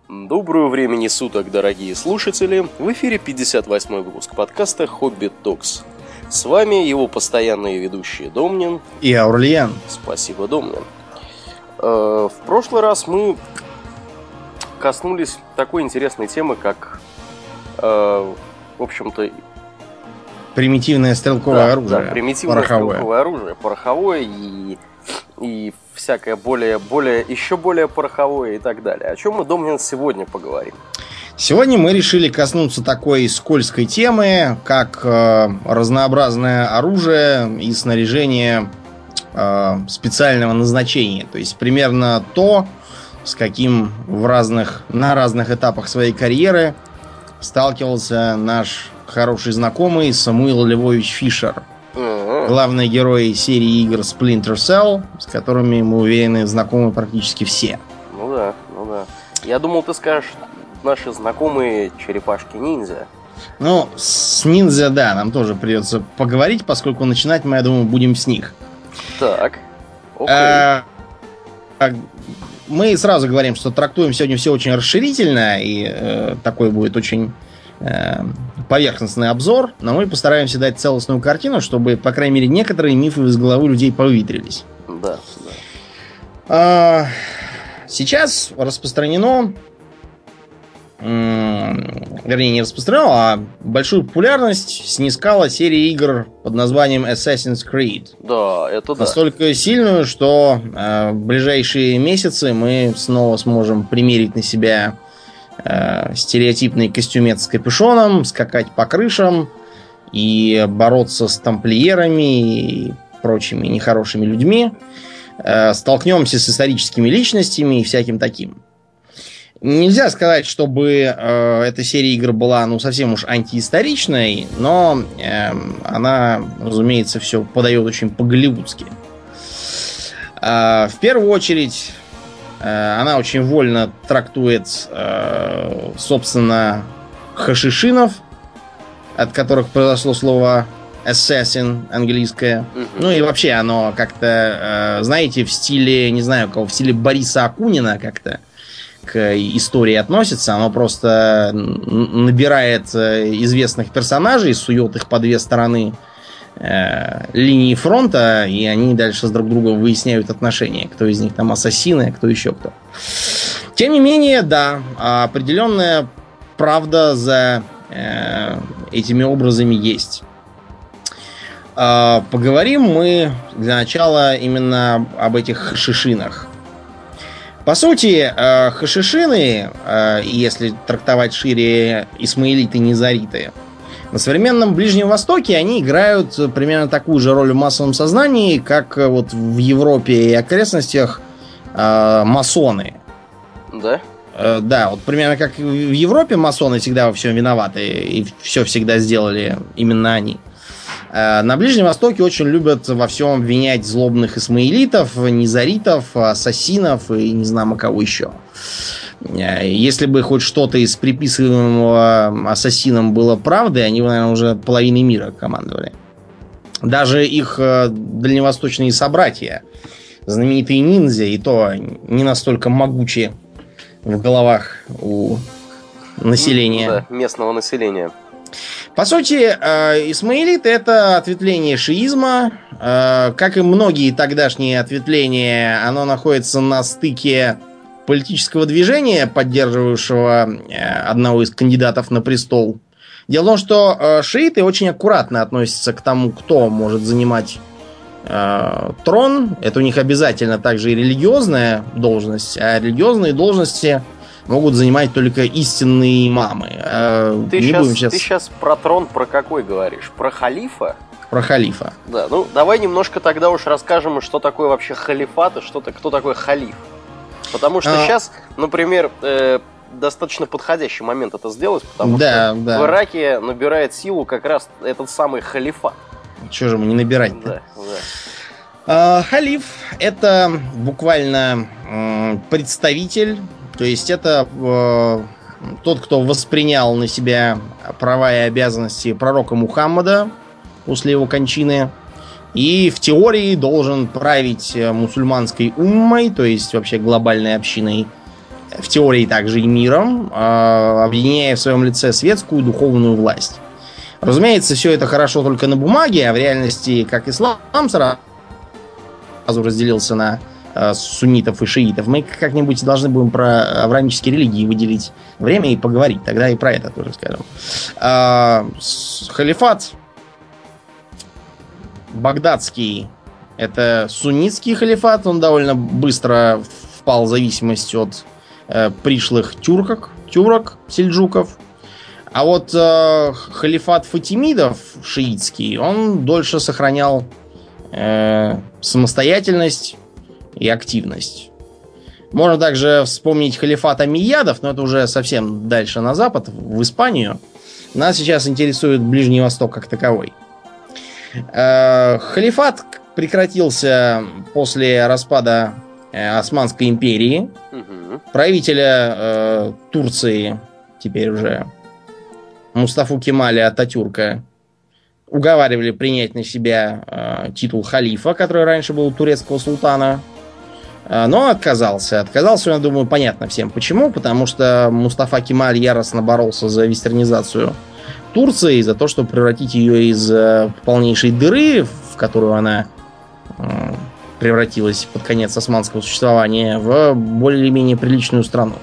Доброго времени суток, дорогие слушатели! В эфире 58-й выпуск подкаста «Хобби Токс». С вами его постоянные ведущие Домнин и Аурлиен. Спасибо, Домнин. В прошлый раз мы коснулись такой интересной темы, как, в общем-то... примитивное стрелковое оружие. Да, примитивное стрелковое оружие, пороховое и всякое еще более пороховое и так далее. О чем мы, Домнин, сегодня поговорим? Сегодня мы решили коснуться такой скользкой темы, как разнообразное оружие и снаряжение специального назначения. То есть примерно то, с каким на разных этапах своей карьеры сталкивался наш хороший знакомый Самуил Львович Фишер. Главный герой серии игр Splinter Cell, с которыми, мы уверены, знакомы практически все. Ну да. Я думал, ты скажешь, наши знакомые черепашки-ниндзя. Ну, с ниндзя, да, нам тоже придется поговорить, поскольку начинать мы, я думаю, будем с них. Так, мы сразу говорим, что трактуем сегодня все очень расширительно, и такой будет очень поверхностный обзор, но мы постараемся дать целостную картину, чтобы, по крайней мере, некоторые мифы из головы людей повыветрились. Да. Сейчас распространено, вернее, не распространено, а большую популярность снискала серия игр под названием Assassin's Creed. Да, это да. Настолько сильную, что в ближайшие месяцы мы снова сможем примерить на себя стереотипный костюмет с капюшоном, скакать по крышам и бороться с тамплиерами и прочими нехорошими людьми. Столкнемся с историческими личностями и всяким таким. Нельзя сказать, чтобы эта серия игр была совсем уж антиисторичной, но она, разумеется, все подает очень по-голливудски. В первую очередь, она очень вольно трактует, собственно, хашишинов, от которых произошло слово assassin английское. Ну и вообще оно как-то, знаете, в стиле, не знаю кого, в стиле Бориса Акунина как-то к истории относится. Оно просто набирает известных персонажей, сует их по две стороны линии фронта, и они дальше с друг другом выясняют отношения. Кто из них там ассасины, а кто еще кто. Тем не менее, да, определенная правда за этими образами есть. Поговорим мы для начала именно об этих хашишинах. По сути, хашишины, если трактовать шире, исмаилиты, низариты, на современном Ближнем Востоке они играют примерно такую же роль в массовом сознании, как вот в Европе и окрестностях масоны. Да? Да, вот примерно как в Европе масоны всегда во всем виноваты, и все всегда сделали именно они. На Ближнем Востоке очень любят во всем обвинять злобных исмаилитов, низаритов, ассасинов и не знаю кого еще. Если бы хоть что-то из приписываемого ассасинам было правдой, они бы, наверное, уже половиной мира командовали. Даже их дальневосточные собратья, знаменитые ниндзя, и то не настолько могучие в головах у населения. Да, местного населения. По сути, исмаилиты — это ответвление шиизма. Как и многие тогдашние ответвления, оно находится на стыке политического движения, поддерживающего одного из кандидатов на престол. Дело в том, что шииты очень аккуратно относятся к тому, кто может занимать трон. Это у них обязательно также и религиозная должность, а религиозные должности могут занимать только истинные имамы. Ты сейчас про трон про какой говоришь? Про халифа? Про халифа. Да, ну давай немножко тогда уж расскажем, что такое вообще халифат и кто такой халиф. Потому что сейчас, например, достаточно подходящий момент это сделать, потому что в Ираке набирает силу как раз этот самый халифат. Чего же ему не набирать-то? Да. Халиф — это буквально представитель, то есть это тот, кто воспринял на себя права и обязанности пророка Мухаммада после его кончины, и в теории должен править мусульманской уммой, то есть вообще глобальной общиной в теории также и миром, объединяя в своем лице светскую и духовную власть. Разумеется, все это хорошо только на бумаге, а в реальности, как ислам сразу разделился на суннитов и шиитов, мы как-нибудь должны будем про авраамические религии выделить время и поговорить. Тогда и про это тоже скажем. Халифат багдадский — это суннитский халифат. Он довольно быстро впал в зависимость от пришлых тюрок, сельджуков. А вот халифат фатимидов, шиитский, он дольше сохранял самостоятельность и активность. Можно также вспомнить халифат амийядов, но это уже совсем дальше на запад, в Испанию. Нас сейчас интересует Ближний Восток как таковой. Халифат прекратился после распада Османской империи. Правителя Турции, теперь уже Мустафу Кемаля Ататюрка, уговаривали принять на себя титул халифа, который раньше был у турецкого султана, но отказался. Отказался, я думаю, понятно всем почему. Потому что Мустафа Кемаль яростно боролся за вестернизацию Турции, за то, чтобы превратить ее из полнейшей дыры, в которую она превратилась под конец османского существования, в более-менее приличную страну,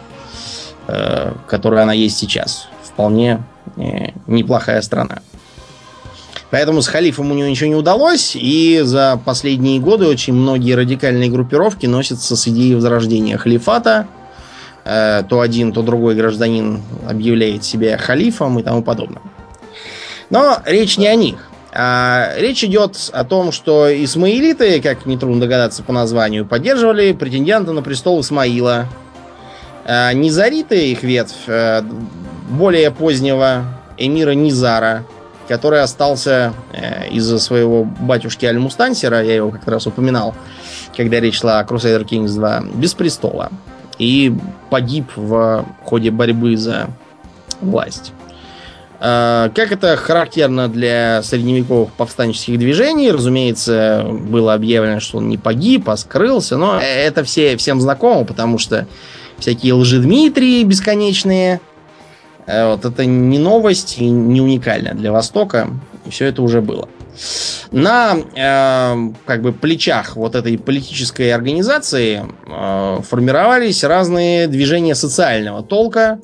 которая она есть сейчас. Вполне неплохая страна. Поэтому с халифом у него ничего не удалось, и за последние годы очень многие радикальные группировки носятся с идеей возрождения халифата. То один, то другой гражданин объявляет себя халифом и тому подобное. Но речь не о них. Речь идет о том, что исмаилиты, как нетрудно догадаться по названию, поддерживали претендента на престол Исмаила. Низариты, их ветвь, более позднего эмира Низара, который остался из-за своего батюшки Аль-Мустансира, я его как-то раз упоминал, когда речь шла о Crusader Kings 2, без престола. И погиб в ходе борьбы за власть. Как это характерно для средневековых повстанческих движений, разумеется, было объявлено, что он не погиб, а скрылся, но это всем знакомо, потому что всякие лжедмитрии бесконечные, вот это не новость и не уникально для Востока, и все это уже было. На как бы плечах вот этой политической организации формировались разные движения социального толка,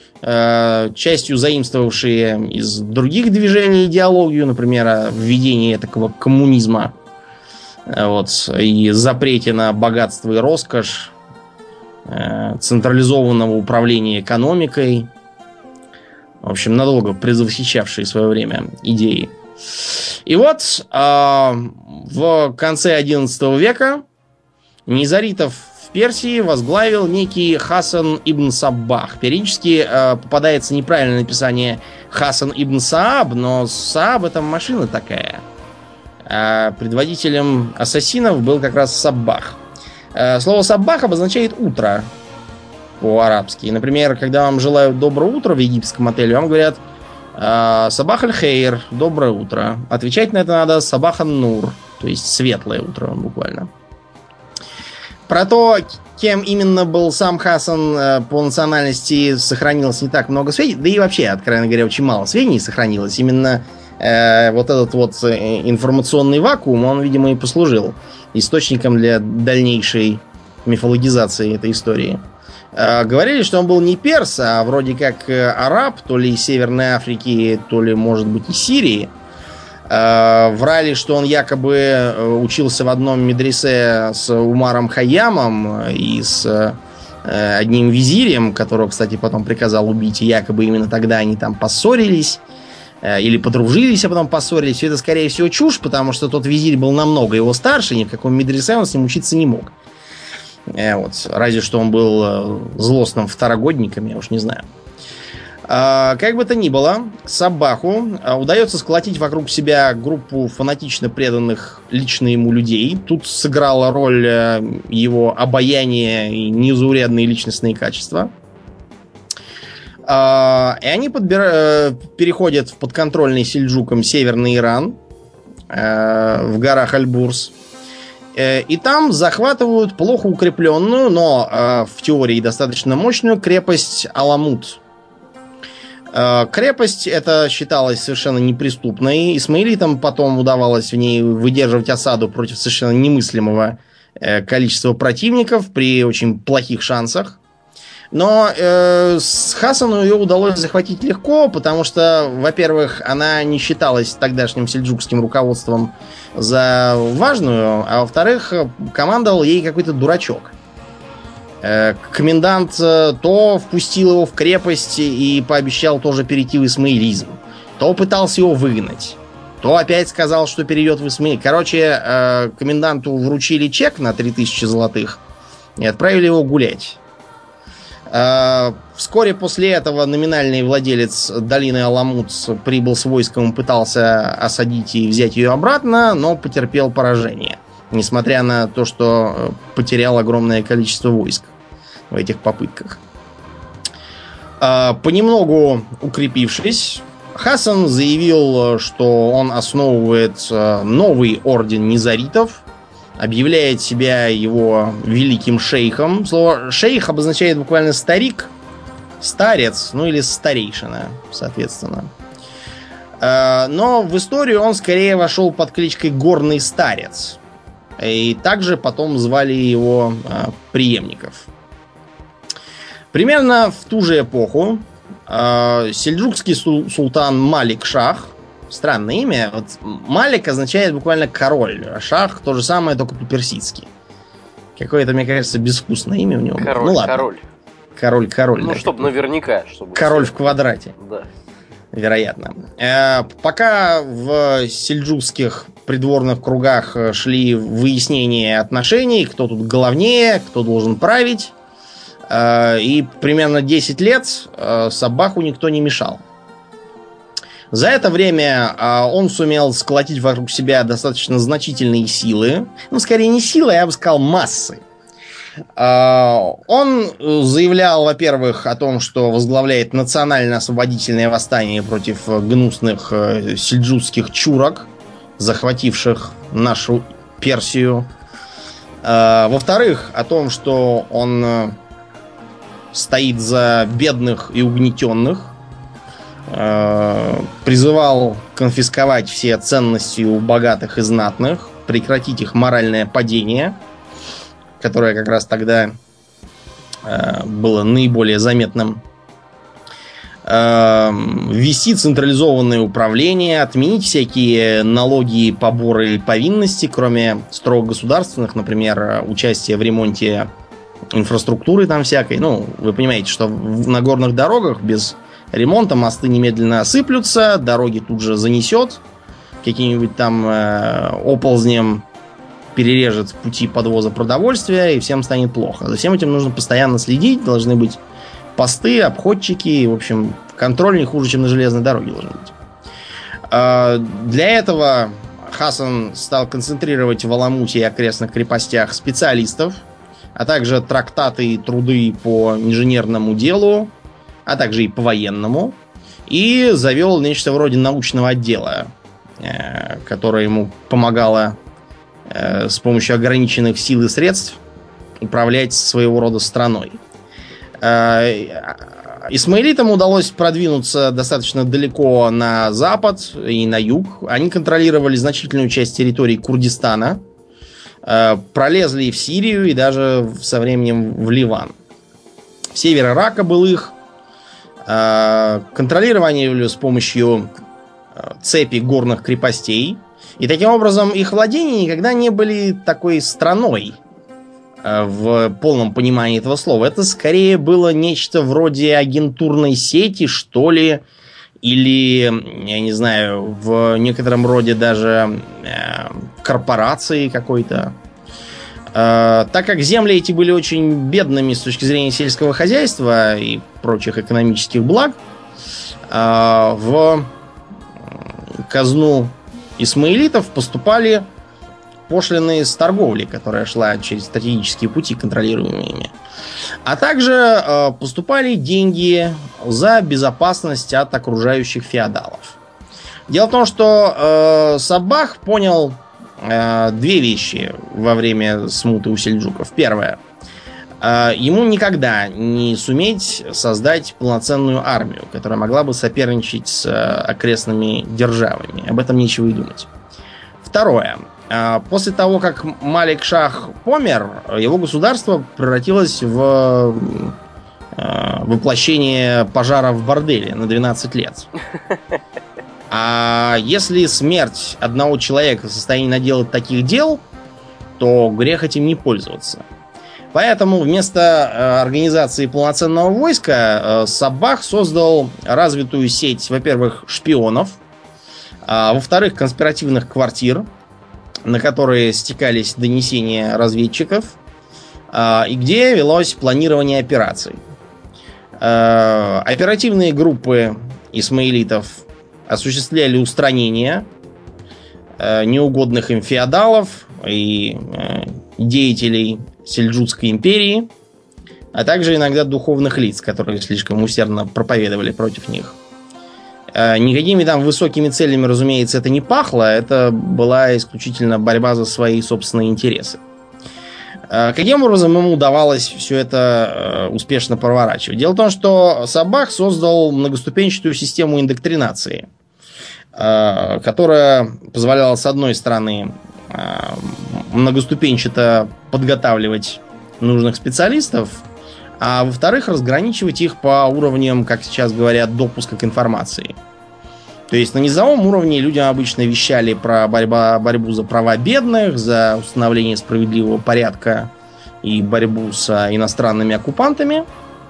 частью заимствовавшие из других движений идеологию, например, введение такого коммунизма, вот, и запрете на богатство и роскошь, централизованного управления экономикой. В общем, надолго предвосхищавшие свое время идеи. И вот в конце XI века низаритов в Персии возглавил некий Хасан ибн Саббах. Периодически попадается неправильное написание Хасан ибн Сааб, но Сааб — это машина такая. А предводителем ассасинов был как раз Саббах. Слово Саббах обозначает утро по-арабски. Например, когда вам желают доброе утро в египетском отеле, вам говорят Сабах аль-Хейр, доброе утро. Отвечать на это надо Сабах ан-Нур, то есть светлое утро буквально. Про то, кем именно был сам Хасан по национальности, сохранилось не так много сведений. Да и вообще, откровенно говоря, очень мало сведений сохранилось. Именно вот этот вот информационный вакуум, он, видимо, и послужил источником для дальнейшей мифологизации этой истории. Говорили, что он был не перс, а вроде как араб, то ли из Северной Африки, то ли, может быть, из Сирии. Врали, что он якобы учился в одном медресе с Умаром Хайямом и с одним визирем, которого, кстати, потом приказал убить. И якобы именно тогда они там поссорились или подружились, а потом поссорились. Все это, скорее всего, чушь, потому что тот визирь был намного его старше, ни в каком медресе он с ним учиться не мог. Вот. Разве что он был злостным второгодником, я уж не знаю. Как бы то ни было, Саббаху удается сколотить вокруг себя группу фанатично преданных лично ему людей. Тут сыграла роль его обаяние и незаурядные личностные качества. И они переходят в подконтрольный сельджукам Северный Иран, в горах Альбурс. И там захватывают плохо укрепленную, но в теории достаточно мощную крепость Аламут. Крепость эта считалась совершенно неприступной. Исмаилитам потом удавалось в ней выдерживать осаду против совершенно немыслимого количества противников при очень плохих шансах. Но с Хасану ее удалось захватить легко, потому что, во-первых, она не считалась тогдашним сельджукским руководством за важную, а во-вторых, командовал ей какой-то дурачок. Комендант то впустил его в крепость и пообещал тоже перейти в исмаилизм, то пытался его выгнать, то опять сказал, что перейдет в исмаилизм. Короче, коменданту вручили чек на 3000 золотых и отправили его гулять. Вскоре после этого номинальный владелец долины Аламут прибыл с войском, пытался осадить и взять ее обратно, но потерпел поражение, несмотря на то, что потерял огромное количество войск в этих попытках. Понемногу укрепившись, Хасан заявил, что он основывает новый орден низаритов, объявляет себя его великим шейхом. Слово «шейх» обозначает буквально «старик», «старец», ну или «старейшина», соответственно. Но в историю он скорее вошел под кличкой «Горный старец». И также потом звали его преемников. Примерно в ту же эпоху сельджукский султан Малик-Шах, странное имя, вот Малик означает буквально король, а Шах то же самое, только по-персидски. Какое-то, мне кажется, безвкусное имя у него. Король, ну ладно. Король. Ну, да, чтобы наверняка. Король в квадрате. Да. Вероятно. Пока в сельджукских придворных кругах шли выяснения отношений, кто тут главнее, кто должен править, и примерно 10 лет Сабаху никто не мешал. За это время он сумел сколотить вокруг себя достаточно значительные силы. Ну, скорее не силы, я бы сказал, массы. Он заявлял, во-первых, о том, что возглавляет национально-освободительное восстание против гнусных сельджукских чурок, захвативших нашу Персию. Во-вторых, о том, что он стоит за бедных и угнетенных. Призывал конфисковать все ценности у богатых и знатных, прекратить их моральное падение, которое как раз тогда было наиболее заметным, ввести централизованное управление, отменить всякие налоги, поборы и повинности, кроме строго государственных, например, участие в ремонте инфраструктуры там всякой. Ну, вы понимаете, что на горных дорогах без ремонта мосты немедленно осыплются, дороги тут же занесет, каким-нибудь там оползнем перережет пути подвоза продовольствия, и всем станет плохо. За всем этим нужно постоянно следить, должны быть посты, обходчики, в общем, контроль не хуже, чем на железной дороге должен быть. Для этого Хасан стал концентрировать в Аламуте и окрестных крепостях специалистов, а также трактаты и труды по инженерному делу, а также и по военному, и завел нечто вроде научного отдела, которое ему помогало с помощью ограниченных сил и средств управлять своего рода страной. Исмаилитам удалось продвинуться достаточно далеко на запад и на юг. Они контролировали значительную часть территории Курдистана, пролезли в Сирию и даже со временем в Ливан. Север Ирака был их. Контролировали с помощью цепи горных крепостей. И таким образом их владения никогда не были такой страной в полном понимании этого слова. Это скорее было нечто вроде агентурной сети, что ли, или, я не знаю, в некотором роде даже корпорации какой-то. Так как земли эти были очень бедными с точки зрения сельского хозяйства и прочих экономических благ, в казну исмаилитов поступали пошлины с торговли, которая шла через стратегические пути, контролируемые ими. А также поступали деньги за безопасность от окружающих феодалов. Дело в том, что Сабах понял две вещи во время смуты у сельджуков. Первое. Ему никогда не суметь создать полноценную армию, которая могла бы соперничать с окрестными державами. Об этом нечего и думать. Второе. После того, как Малик-Шах помер, его государство превратилось в воплощение пожара в борделе на 12 лет. А если смерть одного человека в состоянии наделать таких дел, то грех этим не пользоваться. Поэтому вместо организации полноценного войска Саббах создал развитую сеть, во-первых, шпионов, а во-вторых, конспиративных квартир, на которые стекались донесения разведчиков, и где велось планирование операций. Оперативные группы исмаилитов осуществляли устранение неугодных им феодалов и деятелей Сельджукской империи, а также иногда духовных лиц, которые слишком усердно проповедовали против них. Никакими там высокими целями, разумеется, это не пахло, это была исключительно борьба за свои собственные интересы. Каким образом ему удавалось все это успешно проворачивать? Дело в том, что Саббах создал многоступенчатую систему индоктринации, которая позволяла, с одной стороны, многоступенчато подготавливать нужных специалистов, а во-вторых, разграничивать их по уровням, как сейчас говорят, допуска к информации. То есть на низовом уровне людям обычно вещали про борьбу за права бедных, за установление справедливого порядка и борьбу с иностранными оккупантами.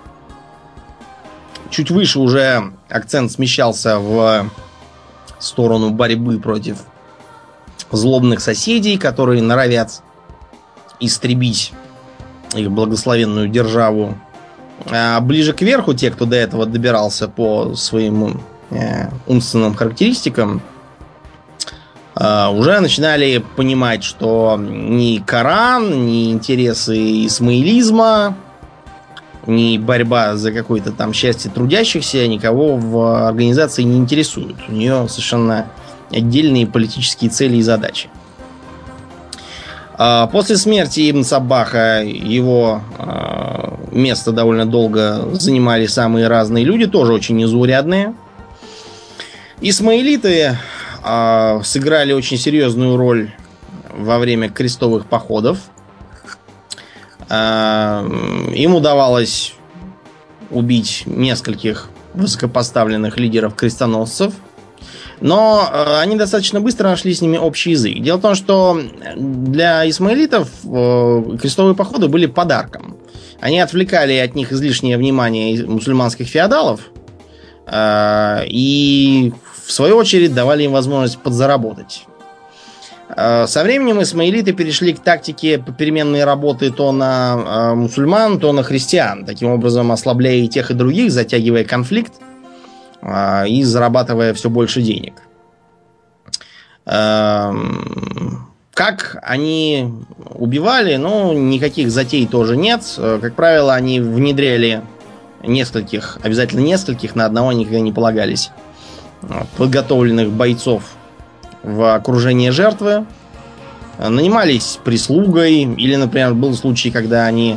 Чуть выше уже акцент смещался в сторону борьбы против злобных соседей, которые норовят истребить их благословенную державу. А ближе к верху, те, кто до этого добирался по своим умственным характеристикам, уже начинали понимать, что ни Коран, ни интересы исмаилизма, ни борьба за какое-то там счастье трудящихся никого в организации не интересуют. У нее совершенно отдельные политические цели и задачи. После смерти Ибн Саббаха его место довольно долго занимали самые разные люди, тоже очень незаурядные. Исмаилиты сыграли очень серьезную роль во время крестовых походов. Им удавалось убить нескольких высокопоставленных лидеров-крестоносцев, но они достаточно быстро нашли с ними общий язык. Дело в том, что для исмаилитов крестовые походы были подарком. Они отвлекали от них излишнее внимание мусульманских феодалов и, в свою очередь, давали им возможность подзаработать. Со временем исмаилиты перешли к тактике попеременной работы то на мусульман, то на христиан, таким образом ослабляя и тех, и других, затягивая конфликт и зарабатывая все больше денег. Как они убивали, ну, никаких затей тоже нет. Как правило, они внедряли нескольких, обязательно нескольких, на одного никогда не полагались, подготовленных бойцов в окружение жертвы, нанимались прислугой, или, например, был случай, когда они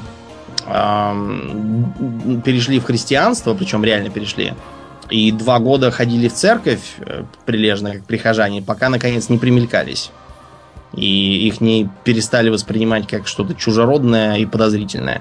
перешли в христианство, причем реально перешли, и 2 года ходили в церковь прилежно, как прихожане, пока, наконец, не примелькались. И их не перестали воспринимать как что-то чужеродное и подозрительное.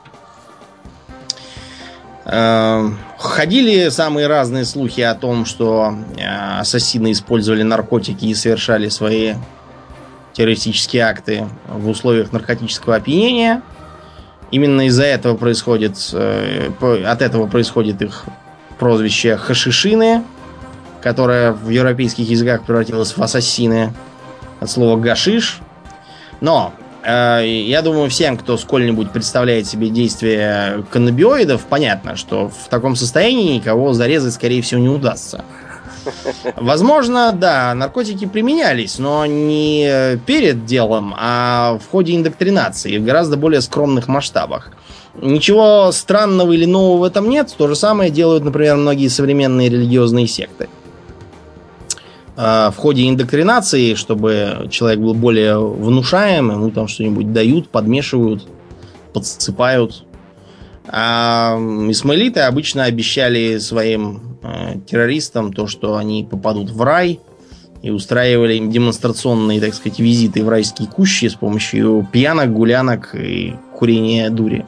Ходили самые разные слухи о том, что ассасины использовали наркотики и совершали свои террористические акты в условиях наркотического опьянения. Именно из-за этого от этого происходит их прозвище хашишины, которое в европейских языках превратилось в ассасины от слова гашиш. Но я думаю, всем, кто сколь-нибудь представляет себе действия каннабиоидов, понятно, что в таком состоянии никого зарезать, скорее всего, не удастся. Возможно, да, наркотики применялись, но не перед делом, а в ходе индоктринации, в гораздо более скромных масштабах. Ничего странного или нового в этом нет. То же самое делают, например, многие современные религиозные секты. в ходе индоктринации, чтобы человек был более внушаем, ему там что-нибудь дают, подмешивают, подсыпают. А исмаилиты обычно обещали своим террористам то, что они попадут в рай, и устраивали им демонстрационные, так сказать, визиты в райские кущи с помощью пьянок, гулянок и курения дури.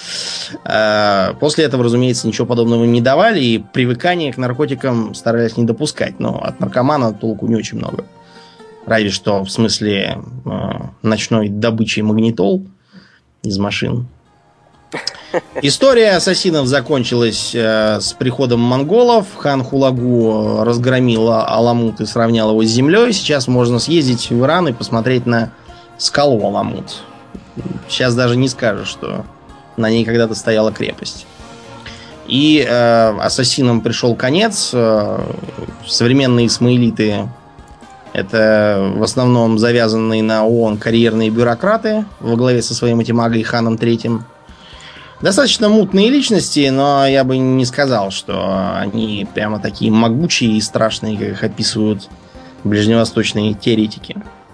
После этого, разумеется, ничего подобного не давали, и привыкание к наркотикам старались не допускать. Но от наркомана толку не очень много. Разве что в смысле ночной добычи магнитол из машин. История ассасинов закончилась с приходом монголов. Хан Хулагу разгромил Аламут и сравнял его с землей. Сейчас можно съездить в Иран и посмотреть на скалу Аламут. Сейчас даже не скажешь, что на ней когда-то стояла крепость. И ассасинам пришел конец. Современные исмаилиты — это в основном завязанные на ООН карьерные бюрократы во главе со своим этим Агой Ханом III. Достаточно мутные личности, но я бы не сказал, что они прямо такие могучие и страшные, как их описывают ближневосточные теоретики.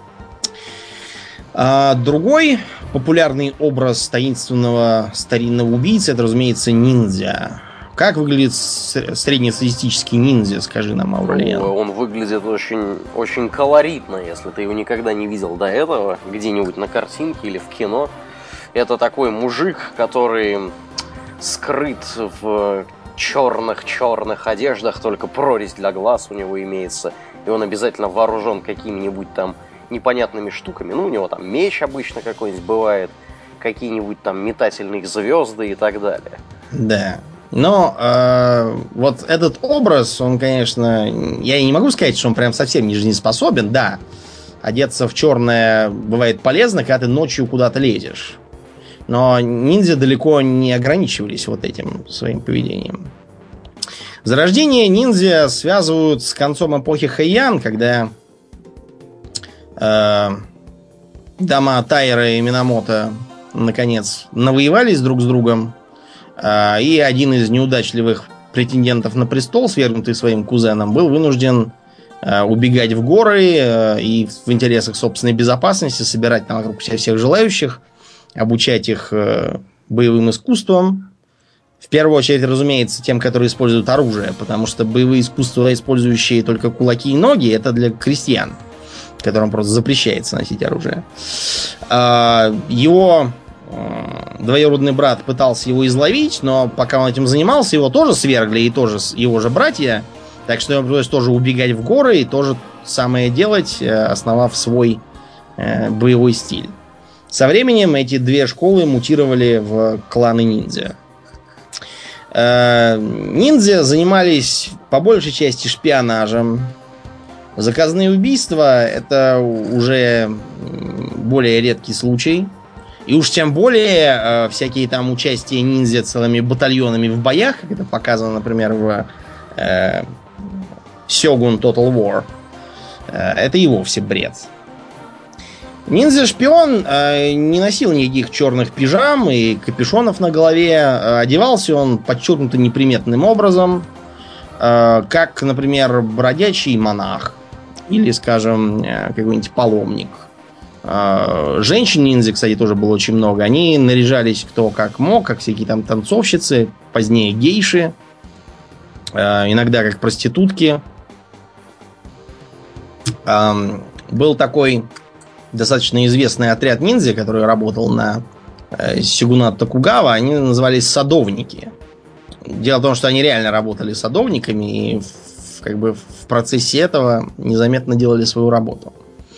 А другой популярный образ таинственного старинного убийцы — это, разумеется, ниндзя. Как выглядит среднестатистический ниндзя, скажи нам, Аурелиан? Он выглядит очень, очень колоритно, если ты его никогда не видел до этого, где-нибудь на картинке или в кино. Это такой мужик, который скрыт в черных одеждах, только прорезь для глаз у него имеется, и он обязательно вооружен какими-нибудь там непонятными штуками. Ну, у него там меч обычно какой-нибудь бывает, какие-нибудь там метательные звезды и так далее. Да. Но вот этот образ, он, конечно, я и не могу сказать, что он прям совсем не жизнеспособен. Да, одеться в черное бывает полезно, когда ты ночью куда-то лезешь. Но ниндзя далеко не ограничивались вот этим своим поведением. Зарождение ниндзя связывают с концом эпохи Хэйян, когда дома Тайра и Минамото наконец навоевались друг с другом, и один из неудачливых претендентов на престол, свергнутый своим кузеном, был вынужден убегать в горы и в интересах собственной безопасности собирать там вокруг себя всех желающих, обучать их боевым искусствам. В первую очередь, разумеется, тем, которые используют оружие, потому что боевые искусства, использующие только кулаки и ноги, это для крестьян, которым просто запрещается носить оружие. Его двоюродный брат пытался его изловить, но пока он этим занимался, его тоже свергли, и тоже его же братья. Так что ему пришлось тоже убегать в горы и тоже самое делать, основав свой боевой стиль. Со временем эти две школы мутировали в кланы ниндзя. Ниндзя занимались по большей части шпионажем. Заказные убийства — это уже более редкий случай. И уж тем более всякие там участия ниндзя целыми батальонами в боях, как это показано, например, в Shogun Total War, это и вовсе бред. Ниндзя-шпион не носил никаких черных пижам и капюшонов на голове. Одевался он подчеркнуто неприметным образом, как, например, бродячий монах или, скажем, какой-нибудь паломник. Женщин-ниндзя, кстати, тоже было очень много. Они наряжались кто как мог, как всякие там танцовщицы, позднее гейши, иногда как проститутки. Был такой достаточно известный отряд ниндзя, который работал на сёгунат Токугава. Они назывались садовники. Дело в том, что они реально работали садовниками и в процессе этого незаметно делали свою работу.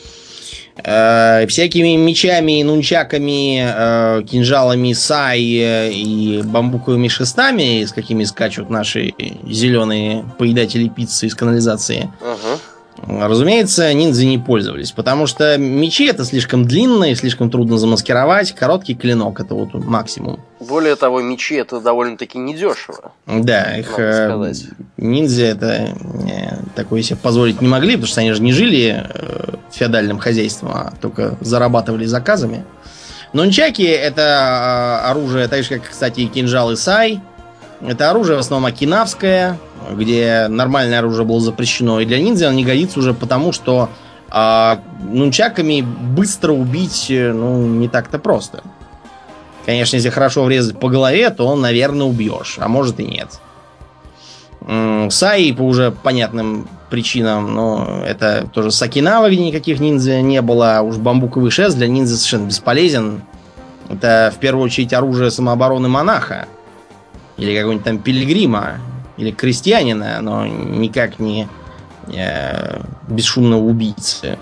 Всякими мечами, нунчаками, кинжалами сай и бамбуковыми шестами, с какими скачут наши зеленые поедатели пиццы из канализации, разумеется, ниндзя не пользовались, потому что мечи — это слишком длинно и слишком трудно замаскировать. Короткий клинок — это вот максимум. Более того, мечи — это довольно-таки недешево. Да, их ниндзя это такое себе позволить не могли, потому что они же не жили феодальным хозяйством, а только зарабатывали заказами. Нунчаки — это оружие, так же как, кстати, и кинжалы сай. Это оружие в основном окинавское. где нормальное оружие было запрещено, и для ниндзя он не годится уже потому, что нунчаками быстро убить, не так-то просто. Конечно, если хорошо врезать по голове, то, наверное, убьешь, а может и нет. Саи по уже понятным причинам, но это тоже с Окинавы, где никаких ниндзя не было, а уж бамбуковый шест для ниндзя совершенно бесполезен. Это в первую очередь оружие самообороны монаха, или какого-нибудь там пилигрима, или крестьянина, но никак не бесшумного убийцы.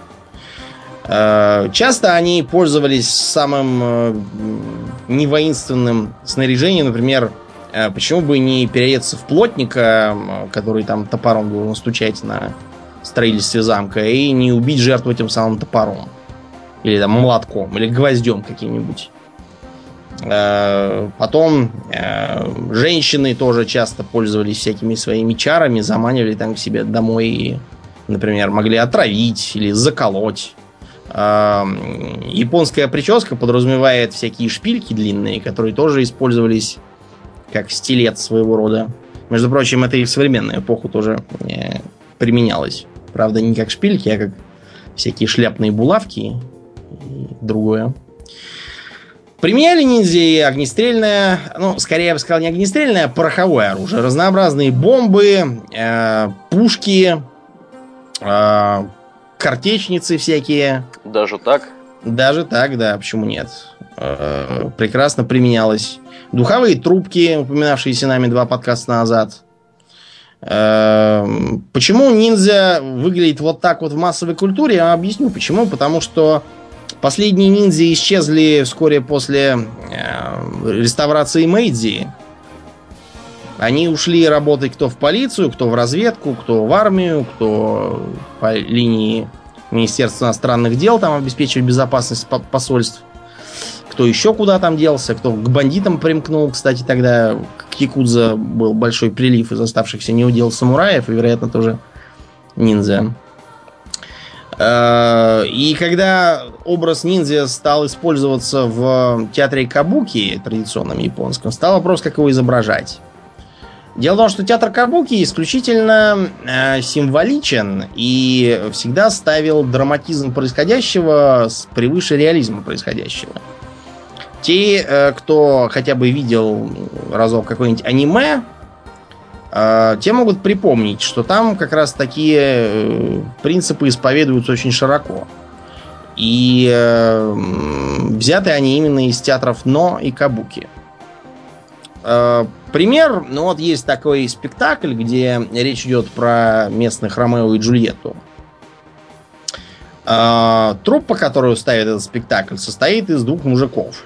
Часто они пользовались самым невоинственным снаряжением, например, почему бы не переодеться в плотника, который там топором должен стучать на строительстве замка, и не убить жертву этим самым топором. Или там молотком, или гвоздем каким-нибудь. Потом женщины тоже часто пользовались всякими своими чарами, заманивали там к себе домой и, например, могли отравить или заколоть. Японская прическа подразумевает всякие шпильки длинные, которые тоже использовались как стилет своего рода. Между прочим, это и в современную эпоху тоже применялось. Правда, не как шпильки, а как всякие шляпные булавки и другое. Применяли ниндзя и огнестрельное, скорее я бы сказал не огнестрельное, а пороховое оружие. Разнообразные бомбы, пушки, картечницы всякие. Даже так? Даже так, да, почему нет. Прекрасно применялось. Духовые трубки, упоминавшиеся нами 2 подкаста назад. Почему ниндзя выглядит вот так вот в массовой культуре, я объясню почему. Потому что последние ниндзя исчезли вскоре после реставрации Мэйдзи. Они ушли работать кто в полицию, кто в разведку, кто в армию, кто по линии Министерства иностранных дел там обеспечивать безопасность посольств. Кто еще куда там делся, кто к бандитам примкнул. Кстати, тогда к якудза был большой прилив из оставшихся неудел самураев и, вероятно, тоже ниндзя. И когда образ ниндзя стал использоваться в театре кабуки, традиционном японском, стал вопрос, как его изображать. Дело в том, что театр кабуки исключительно символичен и всегда ставил драматизм происходящего превыше реализма происходящего. Те, кто хотя бы видел разок какое-нибудь аниме, те могут припомнить, что там как раз такие принципы исповедуются очень широко. И взяты они именно из театров но и кабуки. Пример, есть такой спектакль, где речь идет про местных Ромео и Джульетту. Труппа, которую ставит этот спектакль, состоит из 2 мужиков.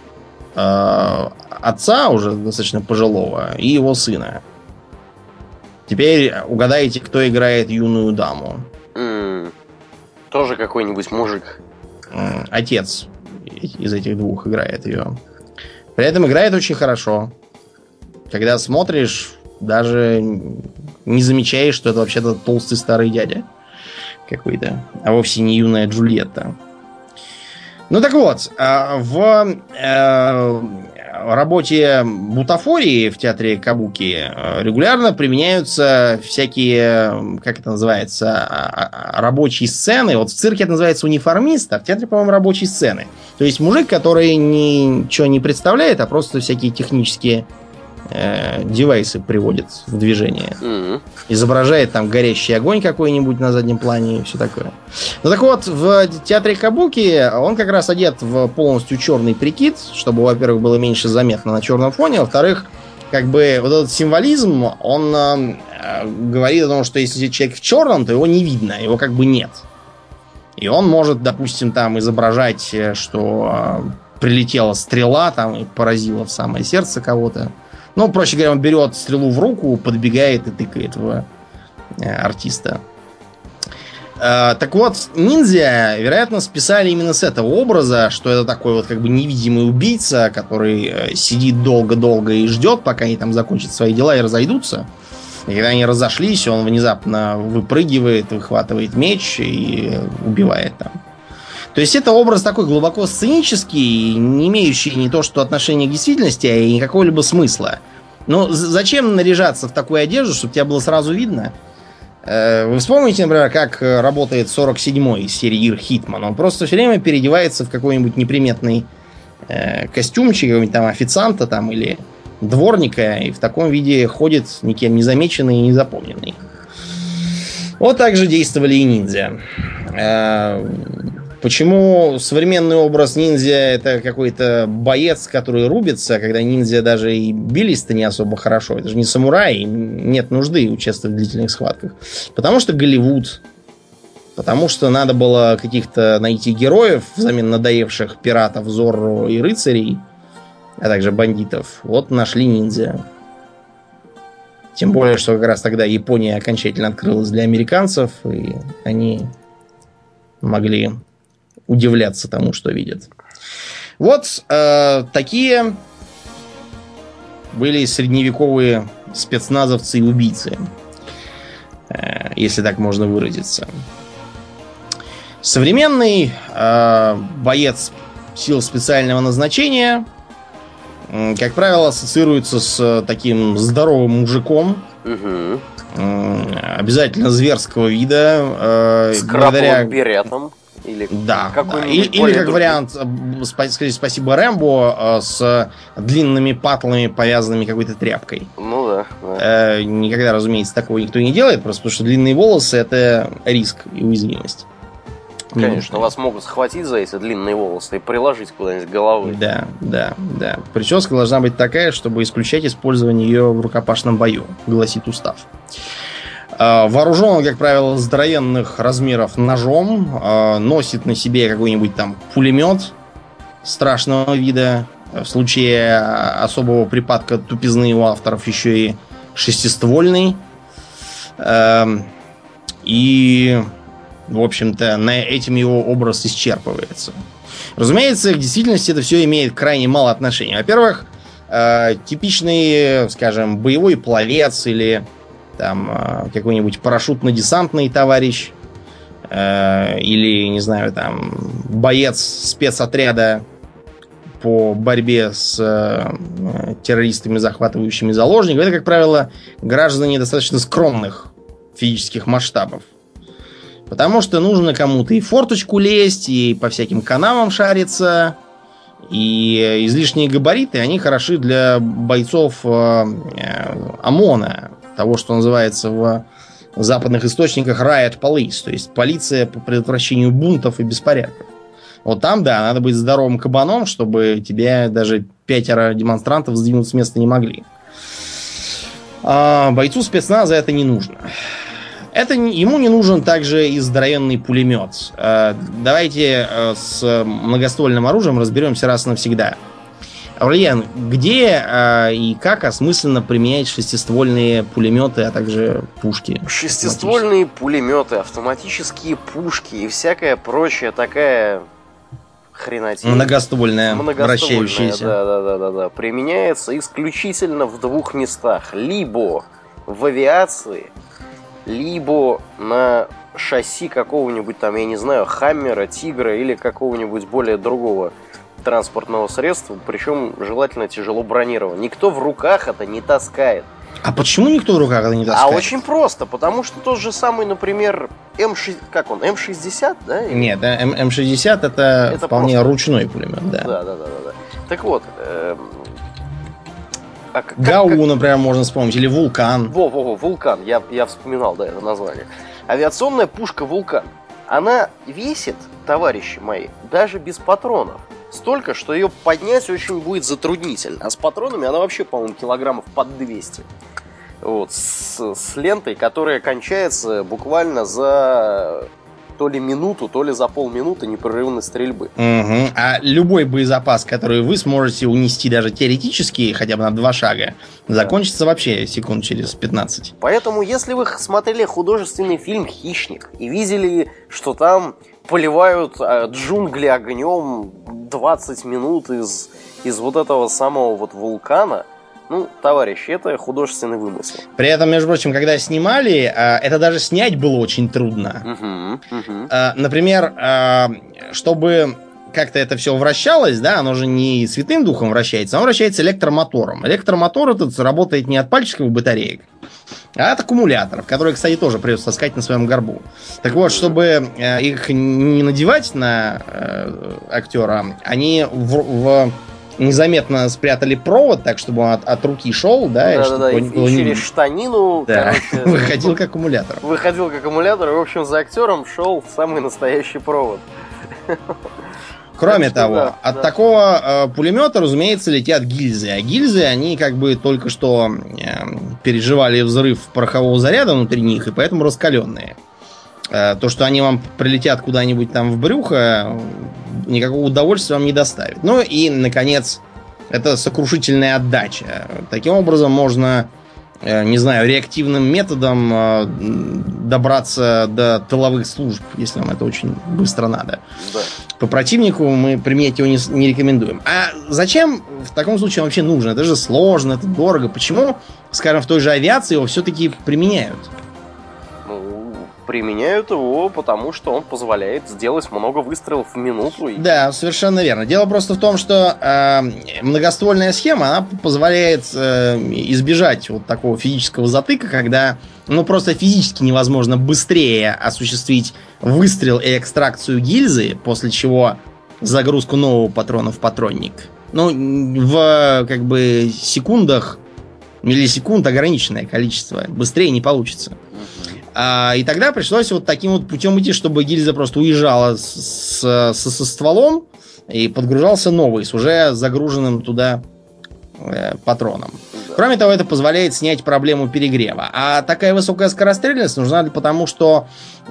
Отца, уже достаточно пожилого, и его сына. Теперь угадайте, кто играет юную даму. Тоже какой-нибудь мужик. Отец из этих 2 играет ее. При этом играет очень хорошо. Когда смотришь, даже не замечаешь, что это вообще-то толстый старый дядя какой-то, а вовсе не юная Джульетта. Так вот, в работе бутафории в театре кабуки регулярно применяются всякие, как это называется, рабочие сцены. Вот в цирке это называется униформист, а в театре, по-моему, рабочие сцены. То есть мужик, который ничего не представляет, а просто всякие технические девайсы приводит в движение. Изображает там горящий огонь какой-нибудь на заднем плане и все такое. Так вот, в театре кабуки он как раз одет в полностью черный прикид, чтобы, во-первых, было меньше заметно на черном фоне, во-вторых, как бы вот этот символизм, он говорит о том, что если человек в черном, то его не видно, его как бы нет. И он может, допустим, там изображать, что прилетела стрела там и поразила в самое сердце кого-то. Проще говоря, он берет стрелу в руку, подбегает и тыкает в артиста. Так вот, ниндзя, вероятно, списали именно с этого образа, что это такой вот как бы невидимый убийца, который сидит долго-долго и ждет, пока они там закончат свои дела и разойдутся. И когда они разошлись, он внезапно выпрыгивает, выхватывает меч и убивает там. То есть это образ такой глубоко сценический, не имеющий не то что отношения к действительности, а и никакого-либо смысла. Ну, зачем наряжаться в такую одежду, чтобы тебя было сразу видно? Вы вспомните, например, как работает 47-й из серии Ир Хитман. Он просто все время переодевается в какой-нибудь неприметный костюмчик, какого-нибудь там официанта там, или дворника, и в таком виде ходит никем не замеченный и не запомненный. Вот так же действовали и ниндзя. Почему современный образ ниндзя это какой-то боец, который рубится, когда ниндзя даже и бились-то не особо хорошо? Это же не самурай, нет нужды участвовать в длительных схватках. Потому что Голливуд, потому что надо было каких-то найти героев взамен надоевших пиратов, Зорро и рыцарей, а также бандитов. Вот нашли ниндзя. Тем более, что как раз тогда Япония окончательно открылась для американцев, и они могли удивляться тому, что видят. Вот такие были средневековые спецназовцы и убийцы, если так можно выразиться. Современный боец сил специального назначения, как правило, ассоциируется с таким здоровым мужиком. Угу. Обязательно зверского вида. С краповым беретом. Или да. Или как вариант, сказать спасибо Рэмбо, с длинными патлами, повязанными какой-то тряпкой. Ну да. Никогда, разумеется, такого никто не делает, просто потому что длинные волосы — это риск и уязвимость. Конечно, вас могут схватить за эти длинные волосы и приложить куда-нибудь головой. Да. Прическа должна быть такая, чтобы исключать использование ее в рукопашном бою, гласит устав. Вооружен он, как правило, здоровенных размеров ножом, носит на себе какой-нибудь там пулемет страшного вида. В случае особого припадка тупизны у авторов еще и шестиствольный. И, в общем-то, на этим его образ исчерпывается. Разумеется, в действительности это все имеет крайне мало отношения. Во-первых, типичный, скажем, боевой пловец или там какой-нибудь парашютно-десантный товарищ, или, не знаю, там боец спецотряда по борьбе с террористами, захватывающими заложников. Это, как правило, граждане достаточно скромных физических масштабов. Потому что нужно кому-то и в форточку лезть, и по всяким канавам шариться. И излишние габариты, они хороши для бойцов ОМОНа, того, что называется в западных источниках riot police, то есть полиция по предотвращению бунтов и беспорядков. Вот там, да, надо быть здоровым кабаном, чтобы тебя даже 5 демонстрантов сдвинуть с места не могли. А бойцу спецназа это не нужно. Ему не нужен также и здоровенный пулемет. Давайте с многоствольным оружием разберемся раз и навсегда. Аурлиен, где и как осмысленно применять шестиствольные пулеметы, а также пушки? Шестиствольные пулеметы, автоматические пушки и всякая прочая такая хренотень. Многоствольная, вращающаяся. Да. Применяется исключительно в 2 местах. Либо в авиации, либо на шасси какого-нибудь там, я не знаю, Хаммера, Тигра или какого-нибудь более другого транспортного средства, причем желательно тяжело бронировано. Никто в руках это не таскает. А почему никто в руках это не таскает? А очень просто, потому что тот же самый, например, М60, да? Нет, М60 это вполне просто ручной пулемет, да. Да. Так вот, ГАУ, например, можно вспомнить, или Вулкан. Вулкан, я вспоминал, да, это название. Авиационная пушка Вулкан, она весит, товарищи мои, даже без патронов столько, что ее поднять очень будет затруднительно. А с патронами она вообще, по-моему, килограммов под 200. Вот, с лентой, которая кончается буквально за то ли минуту, то ли за полминуты непрерывной стрельбы. Угу. А любой боезапас, который вы сможете унести даже теоретически, хотя бы на 2 шага, закончится вообще секунд через 15. Поэтому, если вы смотрели художественный фильм «Хищник» и видели, что там поливают джунгли огнем 20 минут из вот этого самого вот вулкана, ну, товарищи, это художественный вымысел. При этом, между прочим, когда снимали, это даже снять было очень трудно. Например, чтобы как-то это все вращалось, да, оно же не Святым Духом вращается, оно вращается электромотором. Электромотор этот работает не от пальчиковых батареек, а от аккумуляторов, которые, кстати, тоже придется таскать на своем горбу. Так вот, чтобы их не надевать на актера, они незаметно спрятали провод, так чтобы он от руки шел, да, и через штанину, да, выходил как аккумулятор. Выходил как аккумулятор, и, в общем, за актером шел самый настоящий провод. Кроме того, от такого пулемета, разумеется, летят гильзы. А гильзы, они как бы только что переживали взрыв порохового заряда внутри них, и поэтому раскаленные. То, что они вам прилетят куда-нибудь там в брюхо, никакого удовольствия вам не доставит. Ну и, наконец, это сокрушительная отдача. Таким образом можно, не знаю, реактивным методом добраться до тыловых служб, если вам это очень быстро надо. Да. По противнику мы применять его не рекомендуем. А зачем в таком случае вообще нужно? Это же сложно, это дорого. Почему, скажем, в той же авиации его все-таки применяют? Применяют его, потому что он позволяет сделать много выстрелов в минуту. Да, совершенно верно. Дело просто в том, что многоствольная схема, она позволяет избежать вот такого физического затыка, когда просто физически невозможно быстрее осуществить выстрел и экстракцию гильзы, после чего загрузку нового патрона в патронник. В как бы секундах, миллисекунд ограниченное количество. Быстрее не получится. И тогда пришлось вот таким вот путем идти, чтобы гильза просто уезжала со стволом и подгружался новый, с уже загруженным туда патроном. Кроме того, это позволяет снять проблему перегрева. А такая высокая скорострельность нужна потому, что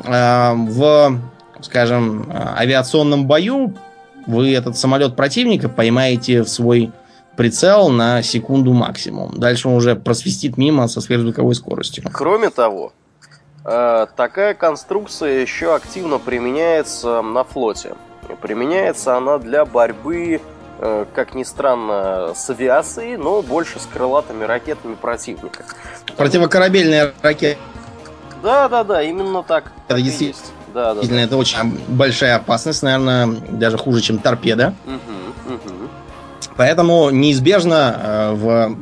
в, скажем, авиационном бою вы этот самолет противника поймаете в свой прицел на секунду максимум. Дальше он уже просвистит мимо со сверхзвуковой скоростью. Кроме того, такая конструкция еще активно применяется на флоте. Применяется она для борьбы, как ни странно, с авиацией, но больше с крылатыми ракетами противника. Противокорабельные ракеты. Да, именно так. Это действительно, это очень большая опасность, наверное, даже хуже, чем торпеда. Поэтому неизбежно в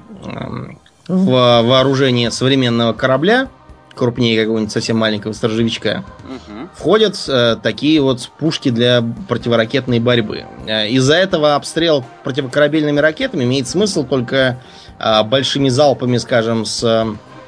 вооружение современного корабля, крупнее какого-нибудь совсем маленького сторожевичка, входят такие вот пушки для противоракетной борьбы. Из-за этого обстрел противокорабельными ракетами имеет смысл только большими залпами, скажем, с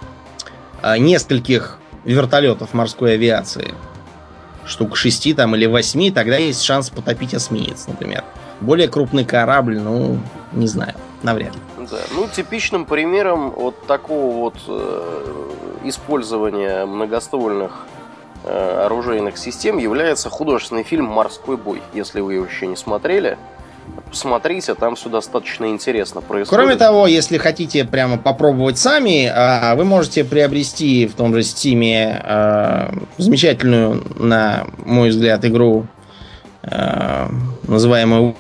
нескольких вертолетов морской авиации. Штук 6 там, или 8, тогда есть шанс потопить эсминец, например. Более крупный корабль, не знаю, навряд ли. Да, типичным примером вот такого вот использования многоствольных оружейных систем является художественный фильм «Морской бой». Если вы его еще не смотрели, посмотрите, там все достаточно интересно происходит. Кроме того, если хотите прямо попробовать сами, вы можете приобрести в том же Steam замечательную, на мой взгляд, игру, называемую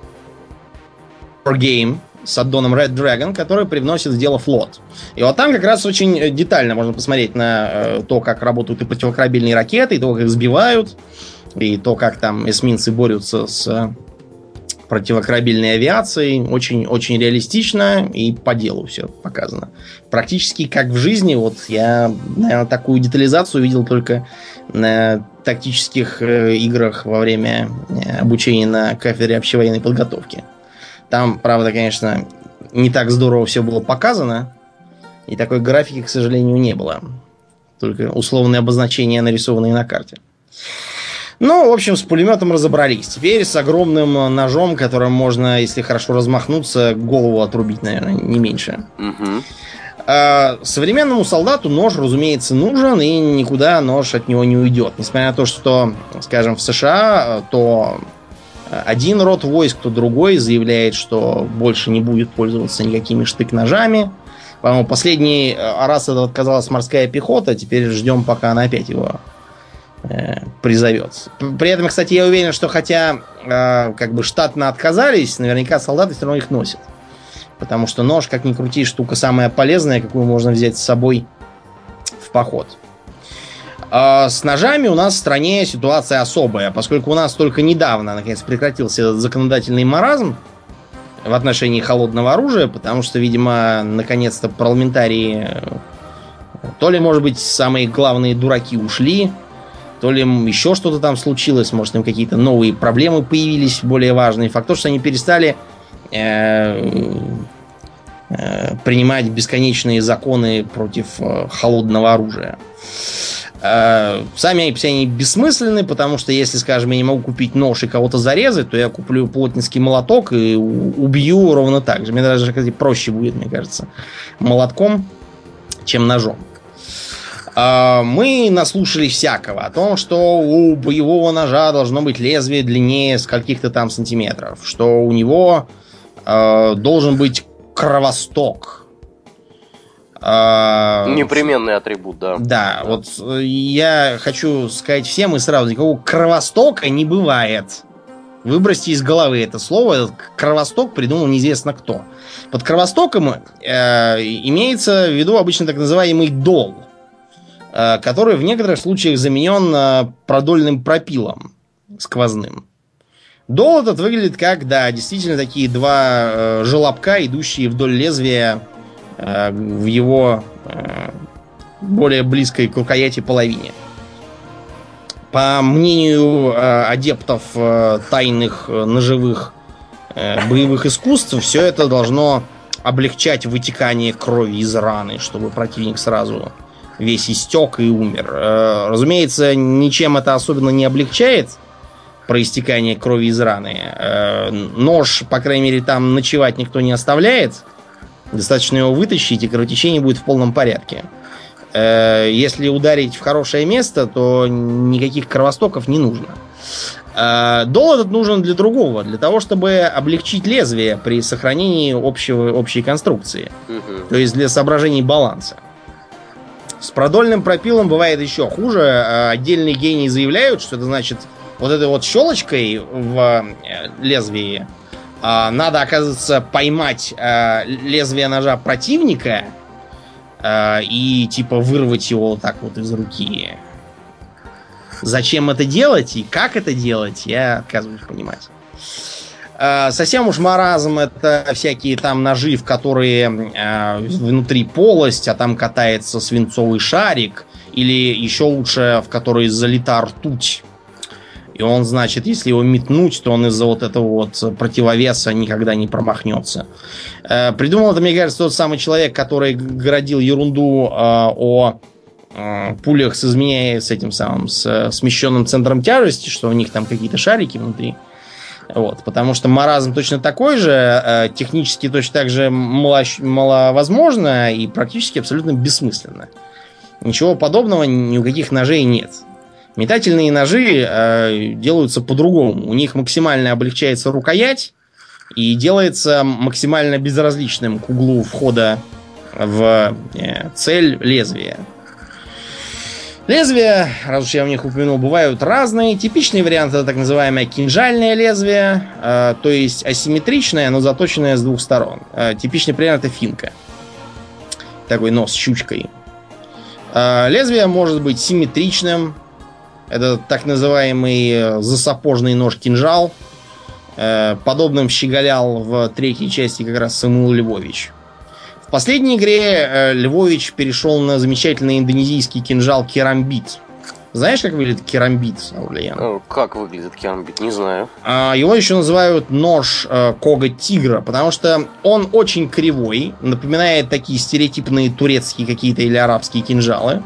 Wargame, с аддоном Red Dragon, который привносит в дело флот. И вот там как раз очень детально можно посмотреть на то, как работают и противокорабельные ракеты, и то, как их сбивают, и то, как там эсминцы борются с противокорабельной авиацией. Очень реалистично и по делу все показано. Практически как в жизни. Вот я, наверное, такую детализацию видел только на тактических играх во время обучения на кафедре общевоенной подготовки. Там, правда, конечно, не так здорово все было показано. И такой графики, к сожалению, не было. Только условные обозначения, нарисованные на карте. В общем, с пулеметом разобрались. Теперь с огромным ножом, которым можно, если хорошо размахнуться, голову отрубить, наверное, не меньше. Современному солдату нож, разумеется, нужен, и никуда нож от него не уйдет. Несмотря на то, что, скажем, в США, то один род войск, то другой заявляет, что больше не будет пользоваться никакими штык-ножами. По-моему, последний раз это отказалась морская пехота. Теперь ждем, пока она опять его призовет. При этом, кстати, я уверен, что хотя как бы штатно отказались, наверняка солдаты все равно их носят. Потому что нож, как ни крути, штука самая полезная, какую можно взять с собой в поход. А с ножами у нас в стране ситуация особая, поскольку у нас только недавно, наконец, прекратился законодательный маразм в отношении холодного оружия, потому что, видимо, наконец-то парламентарии, то ли, может быть, самые главные дураки ушли, то ли еще что-то там случилось, может, там какие-то новые проблемы появились, более важные. Факт то, что они перестали принимать бесконечные законы против холодного оружия. Сами они бессмысленны, потому что если, скажем, я не могу купить нож и кого-то зарезать, то я куплю плотницкий молоток и убью ровно так же. Мне даже проще будет, мне кажется, молотком, чем ножом. Мы наслушались всякого о том, что у боевого ножа должно быть лезвие длиннее скольких-то там сантиметров, что у него должен быть кровосток. Непременный атрибут, да. Да, вот я хочу сказать всем и сразу, никакого кровостока не бывает. Выбросьте из головы это слово. Этот кровосток придумал неизвестно кто. Под кровостоком имеется в виду обычно так называемый дол, который в некоторых случаях заменен продольным пропилом сквозным. Дол этот выглядит как, да, действительно такие два желобка, идущие вдоль лезвия в его более близкой к рукояти половине. По мнению адептов тайных ножевых боевых искусств, все это должно облегчать вытекание крови из раны, чтобы противник сразу весь истек и умер. Разумеется, ничем это особенно не облегчает проистекание крови из раны. Нож, по крайней мере, там ночевать никто не оставляет. Достаточно его вытащить, и кровотечение будет в полном порядке. Если ударить в хорошее место, то никаких кровостоков не нужно. Дол этот нужен для другого, для того, чтобы облегчить лезвие при сохранении общей конструкции. То есть для соображений баланса. С продольным пропилом бывает еще хуже. Отдельные гении заявляют, что это значит вот этой вот щелочкой в лезвии надо, оказывается, поймать лезвие ножа противника и типа вырвать его вот так вот из руки. Зачем это делать и как это делать, я отказываюсь понимать. Совсем уж маразм — это всякие там ножи, в которые внутри полость, а там катается свинцовый шарик, или еще лучше, в который залита ртуть. И он, значит, если его метнуть, то он из-за вот этого вот противовеса никогда не промахнется. Придумал это, мне кажется, тот самый человек, который городил ерунду о пулях с этим самым, с смещенным центром тяжести, что у них там какие-то шарики внутри. Вот, потому что маразм точно такой же, технически точно так же маловозможно и практически абсолютно бессмысленно. Ничего подобного ни у каких ножей нет. Метательные ножи делаются по-другому. У них максимально облегчается рукоять и делается максимально безразличным к углу входа в цель лезвия. Лезвия, раз уж я в них упомянул, бывают разные. Типичный вариант — это так называемое кинжальное лезвие, то есть асимметричное, но заточенное с двух сторон. Типичный пример — это финка. Такой нос с щучкой. Лезвие может быть симметричным. Это так называемый засапожный нож-кинжал. Подобным щеголял в третьей части как раз Самуил Львович. В последней игре Львович перешел на замечательный индонезийский кинжал керамбит. Знаешь, как выглядит керамбит, Аурлиен? Как выглядит керамбит? Не знаю. Его еще называют нож коготь тигра, потому что он очень кривой, напоминает такие стереотипные турецкие какие-то или арабские кинжалы.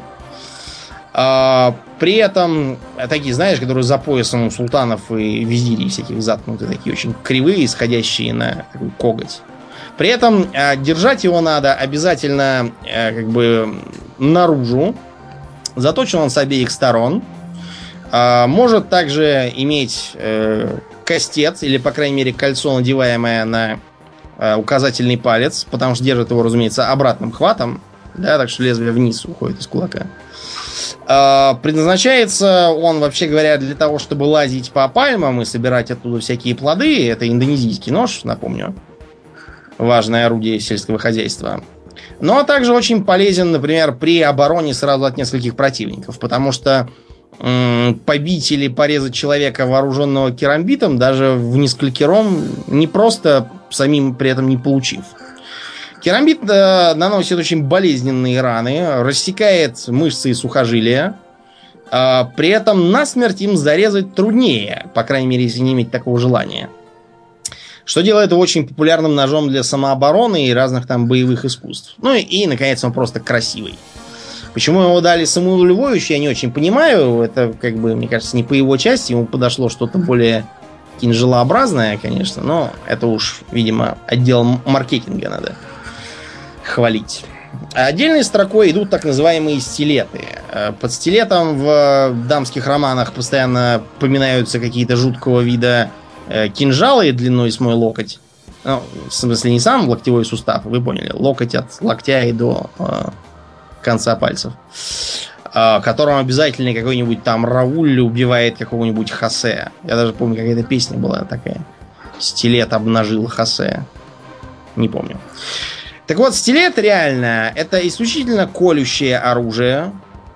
При этом такие, знаешь, которые за поясом у султанов и визирей всяких заткнуты, такие очень кривые, исходящие на такой коготь. При этом держать его надо обязательно как бы наружу. Заточен он с обеих сторон. Может также иметь кастет, или, по крайней мере, кольцо, надеваемое на указательный палец, потому что держит его, разумеется, обратным хватом. Да, так что лезвие вниз уходит из кулака. Предназначается он, вообще говоря, для того, чтобы лазить по пальмам и собирать оттуда всякие плоды. Это индонезийский нож, напомню. Важное орудие сельского хозяйства. Но также очень полезен, например, при обороне сразу от нескольких противников, потому что побить или порезать человека, вооруженного керамбитом, даже в несколькером, не просто самим при этом не получив. Керамбит наносит очень болезненные раны, рассекает мышцы и сухожилия. При этом насмерть им зарезать труднее, по крайней мере, если не иметь такого желания. Что делает его очень популярным ножом для самообороны и разных там боевых искусств. Ну и наконец, он просто красивый. Почему его дали Самуилу Львовичу, я не очень понимаю. Это, как бы, мне кажется, не по его части. Ему подошло что-то более кинжалообразное, конечно. Но это уж, видимо, отдел маркетинга надо хвалить. Отдельной строкой идут так называемые стилеты. Под стилетом в дамских романах постоянно поминаются какие-то жуткого вида кинжалы длиной с мой локоть. Ну, в смысле, не сам локтевой сустав, вы поняли. Локоть от локтя и до конца пальцев. Которым обязательно какой-нибудь там Рауль убивает какого-нибудь Хосе. Я даже помню, какая-то песня была такая. Стилет обнажил Хосе. Не помню. Так вот, стилет реально это исключительно колющее оружие.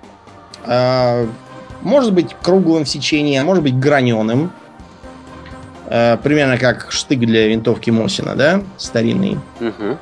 Может быть круглым в сечении, а может быть граненым. Примерно как штык для винтовки Мосина, да? Старинный. Угу.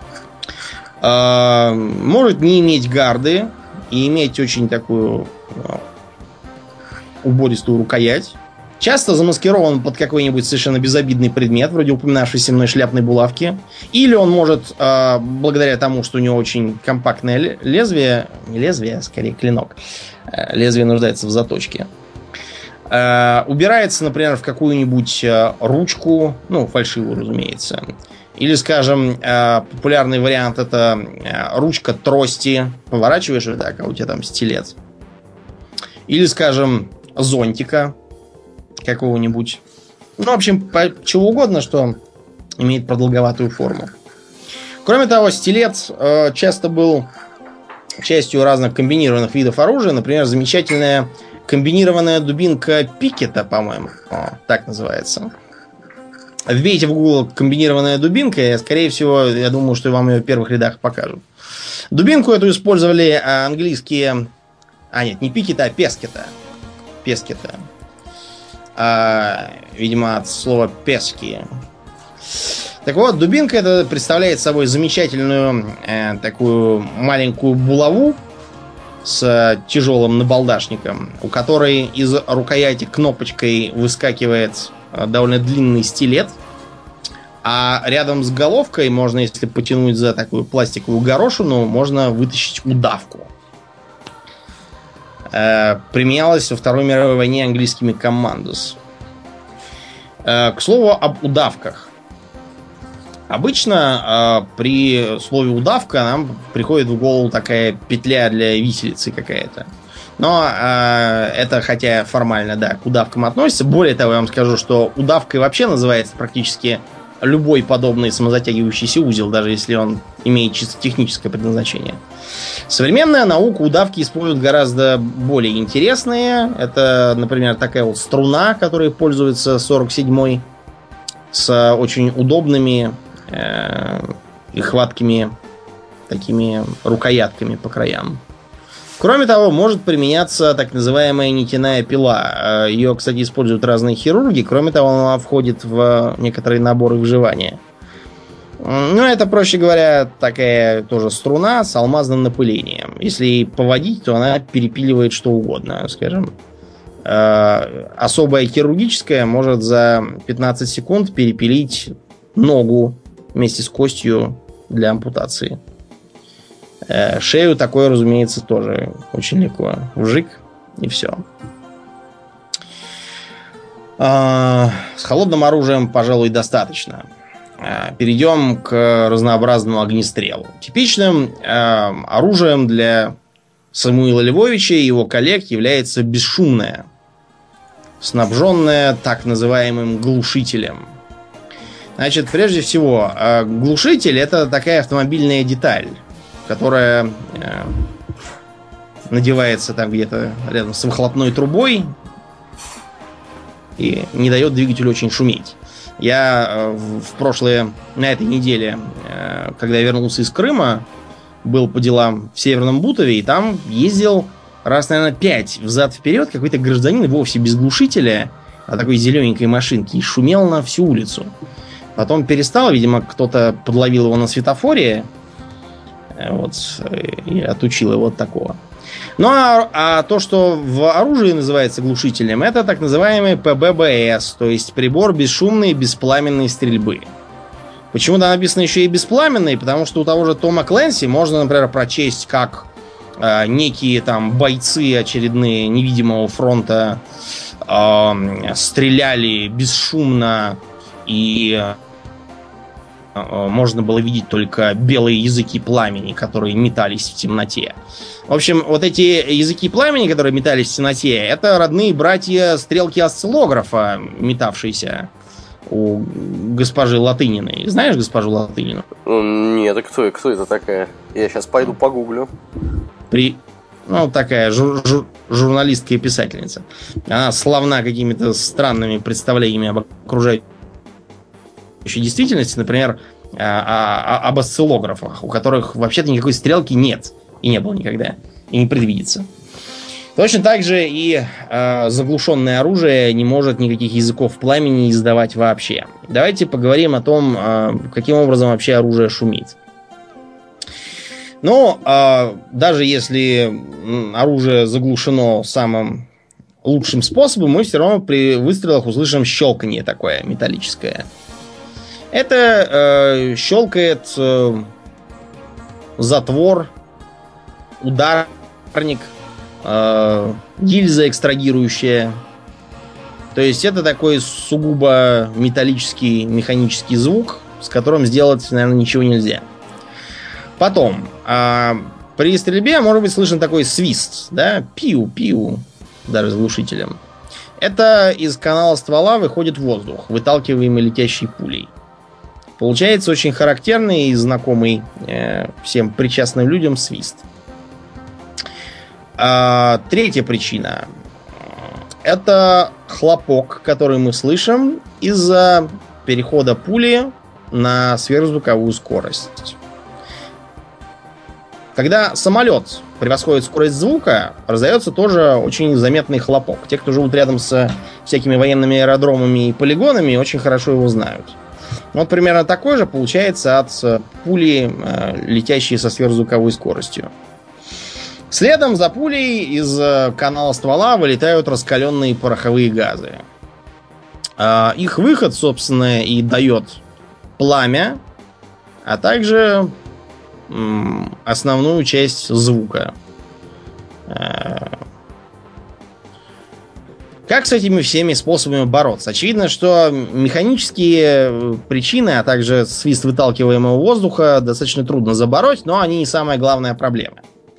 Может не иметь гарды и иметь очень такую убористую рукоять. Часто замаскирован под какой-нибудь совершенно безобидный предмет, вроде упоминавшейся мной шляпной булавки. Или он может, благодаря тому, что у него очень компактное лезвие, не лезвие, а скорее клинок, лезвие нуждается в заточке, убирается, например, в какую-нибудь ручку, ну, фальшивую, разумеется. Или, скажем, популярный вариант это ручка трости. Поворачиваешь вот так, а у тебя там стилет. Или, скажем, зонтика какого-нибудь. Ну, в общем, чего угодно, что имеет продолговатую форму. Кроме того, стилет часто был частью разных комбинированных видов оружия. Например, замечательная комбинированная дубинка Пикета, по-моему. Так называется. Вбейте в Google комбинированная дубинка, и, скорее всего, я думаю, что вам ее в первых рядах покажут. Дубинку эту использовали английские... нет, не Пикета, а Пескета. Пескета. Видимо, от слова пески. Так вот, дубинка это представляет собой замечательную такую маленькую булаву с тяжелым набалдашником, у которой из рукояти кнопочкой выскакивает довольно длинный стилет, а рядом с головкой можно, если потянуть за такую пластиковую горошину, можно вытащить удавку. Применялась во Второй мировой войне английскими коммандос. К слову об удавках. Обычно при слове удавка нам приходит в голову такая петля для виселицы какая-то. Но это, хотя формально, да, к удавкам относится. Более того, я вам скажу, что удавкой вообще называется практически любой подобный самозатягивающийся узел, даже если он имеет чисто техническое предназначение. Современная наука удавки использует гораздо более интересные. Это, например, такая вот струна, которой пользуется 47-й, с очень удобными и хваткими такими рукоятками по краям. Кроме того, может применяться так называемая нитяная пила. Ее, кстати, используют разные хирурги. Кроме того, она входит в некоторые наборы вживания. Ну, это, проще говоря, такая тоже струна с алмазным напылением. Если поводить, то она перепиливает что угодно, скажем. Особая хирургическая может за 15 секунд перепилить ногу вместе с костью для ампутации. Шею такое, разумеется, тоже очень легко. Вжик, и все. С холодным оружием, пожалуй, достаточно. Перейдем к разнообразному огнестрелу. Типичным оружием для Самуила Львовича и его коллег является бесшумное, снабженное так называемым глушителем. Значит, прежде всего, глушитель — это такая автомобильная деталь, которая надевается там где-то рядом с выхлопной трубой и не дает двигателю очень шуметь. Я на этой неделе, когда вернулся из Крыма, был по делам в Северном Бутове, и там ездил раз, наверное, 5 взад-вперед какой-то гражданин вовсе без глушителя, а такой зелененькой машинки, и шумел на всю улицу. Потом перестал, видимо, кто-то подловил его на светофоре, вот, и отучил его от такого. Ну, а то, что в оружии называется глушителем, это так называемый ПББС, то есть прибор бесшумной беспламенной стрельбы. Почему там написано еще и беспламенный? Потому что у того же Тома Клэнси можно, например, прочесть, как некие там бойцы очередные невидимого фронта стреляли бесшумно, и можно было видеть только белые языки пламени, которые метались в темноте. В общем, вот эти языки пламени, которые метались в темноте, это родные братья стрелки осциллографа, метавшиеся у госпожи Латыниной. Знаешь госпожу Латынину? Нет, а кто это такая? Я сейчас пойду погуглю. Такая журналистка и писательница. Она славна какими-то странными представлениями об окружающей действительности, например, об осциллографах, у которых вообще-то никакой стрелки нет. И не было никогда. И не предвидится. Точно так же и заглушенное оружие не может никаких языков пламени издавать вообще. Давайте поговорим о том, каким образом вообще оружие шумит. Но даже если оружие заглушено самым лучшим способом, мы все равно при выстрелах услышим щелканье такое металлическое. Это щелкает затвор, ударник, гильза экстрагирующая. То есть это такой сугубо металлический, механический звук, с которым сделать, наверное, ничего нельзя. Потом, при стрельбе может быть слышен такой свист, да, пиу-пиу, даже с глушителем. Это из канала ствола выходит воздух, выталкиваемый летящей пулей. Получается очень характерный и знакомый всем причастным людям свист. Третья причина. Это хлопок, который мы слышим из-за перехода пули на сверхзвуковую скорость. Когда самолет превосходит скорость звука, раздается тоже очень заметный хлопок. Те, кто живут рядом с всякими военными аэродромами и полигонами, очень хорошо его знают. Вот примерно такой же получается от пули, летящей со сверхзвуковой скоростью. Следом за пулей из канала ствола вылетают раскаленные пороховые газы. Их выход, собственно, и дает пламя, а также основную часть звука. Как с этими всеми способами бороться? Очевидно, что механические причины, а также свист выталкиваемого воздуха достаточно трудно забороть, но они не самая главная проблема.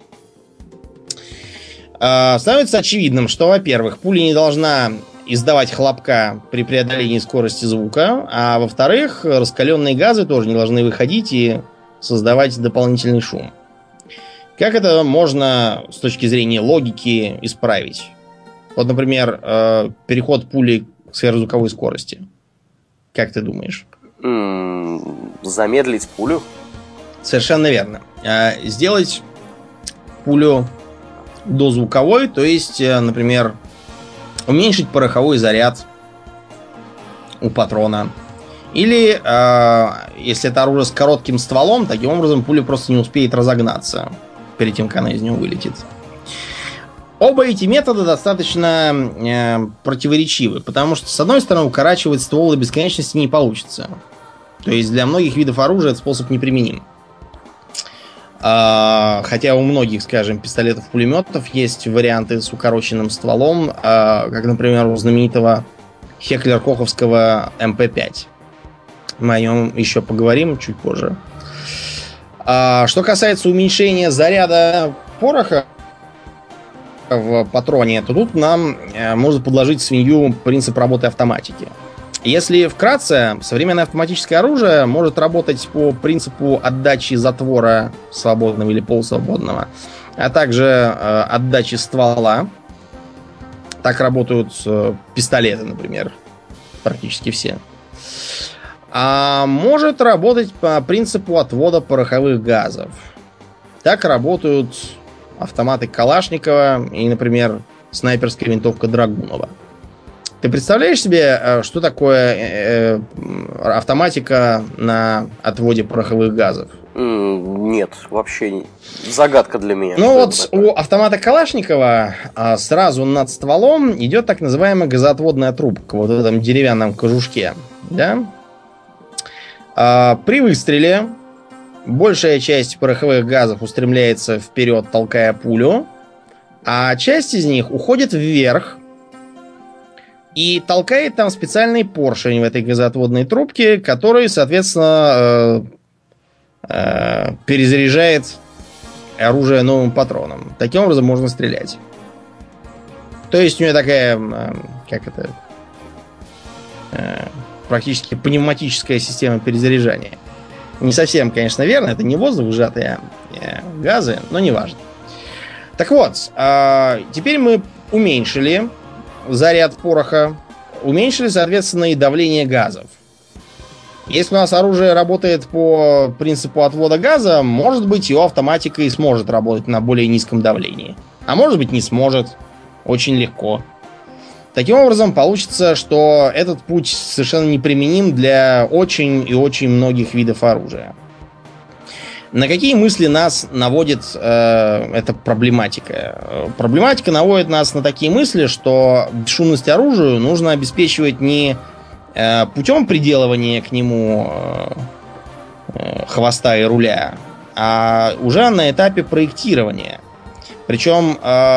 Становится очевидным, что, во-первых, пуля не должна издавать хлопка при преодолении скорости звука, а во-вторых, раскаленные газы тоже не должны выходить и создавать дополнительный шум. Как это можно с точки зрения логики исправить? Вот, например, переход пули к сверхзвуковой скорости. Как ты думаешь? Замедлить пулю? Совершенно верно. Сделать пулю дозвуковой, то есть, например, уменьшить пороховой заряд у патрона. Или, если это оружие с коротким стволом, таким образом пуля просто не успеет разогнаться перед тем, как она из него вылетит. Оба эти метода достаточно противоречивы, потому что, с одной стороны, укорачивать ствол до бесконечности не получится. То есть для многих видов оружия этот способ неприменим. Хотя у многих, скажем, пистолетов-пулеметов есть варианты с укороченным стволом, как, например, у знаменитого Хеклер-Коховского МП-5. Мы о нем еще поговорим чуть позже. Что касается уменьшения заряда пороха в патроне, то тут нам может подложить свинью принцип работы автоматики. Если вкратце, современное автоматическое оружие может работать по принципу отдачи затвора свободного или полусвободного, а также отдачи ствола. Так работают пистолеты, например, практически все. А может работать по принципу отвода пороховых газов. так работают автоматы Калашникова и, например, снайперская винтовка Драгунова. Ты представляешь себе, что такое автоматика на отводе пороховых газов? Нет, вообще загадка для меня. Ну вот у автомата Калашникова сразу над стволом идет так называемая газоотводная трубка, вот в этом деревянном кожушке. Да? При выстреле большая часть пороховых газов устремляется вперед, толкая пулю, а часть из них уходит вверх и толкает там специальный поршень в этой газоотводной трубке, который, соответственно, перезаряжает оружие новым патроном. Таким образом можно стрелять. То есть у нее такая, практически пневматическая система перезаряжания. Не совсем, конечно, верно. Это не воздух сжатые, а газы, но не важно. Так вот, теперь мы уменьшили заряд пороха, уменьшили, соответственно, и давление газов. Если у нас оружие работает по принципу отвода газа, может быть, его автоматика и сможет работать на более низком давлении. А может быть, не сможет. Очень легко. Таким образом, получится, что этот путь совершенно неприменим для очень и очень многих видов оружия. На какие мысли нас наводит эта проблематика? Проблематика наводит нас на такие мысли, что бесшумность оружию нужно обеспечивать не путем приделывания к нему хвоста и руля, а уже на этапе проектирования. Причем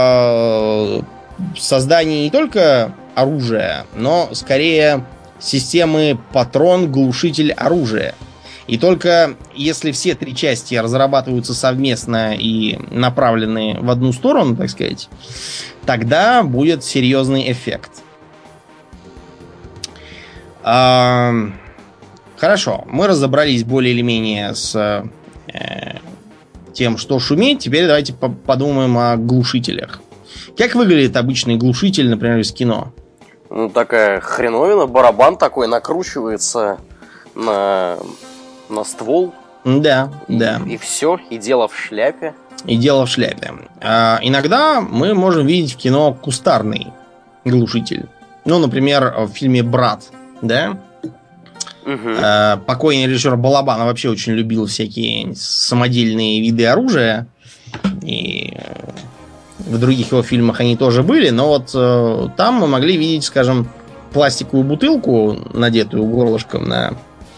создание не только оружия, но скорее системы патрон-глушитель оружия. И только если все три части разрабатываются совместно и направлены в одну сторону, так сказать, тогда будет серьезный эффект. Хорошо, мы разобрались более или менее с тем, что шумит. Теперь давайте подумаем о глушителях. Как выглядит обычный глушитель, например, из кино? Ну, такая хреновина, барабан такой накручивается на ствол. Да, да. И все, и дело в шляпе. И дело в шляпе. Иногда мы можем видеть в кино кустарный глушитель. Ну, например, в фильме «Брат», да? Угу. Покойный режиссер Балабанов вообще очень любил всякие самодельные виды оружия. И в других его фильмах они тоже были. Но вот там мы могли видеть, скажем, пластиковую бутылку, надетую горлышком на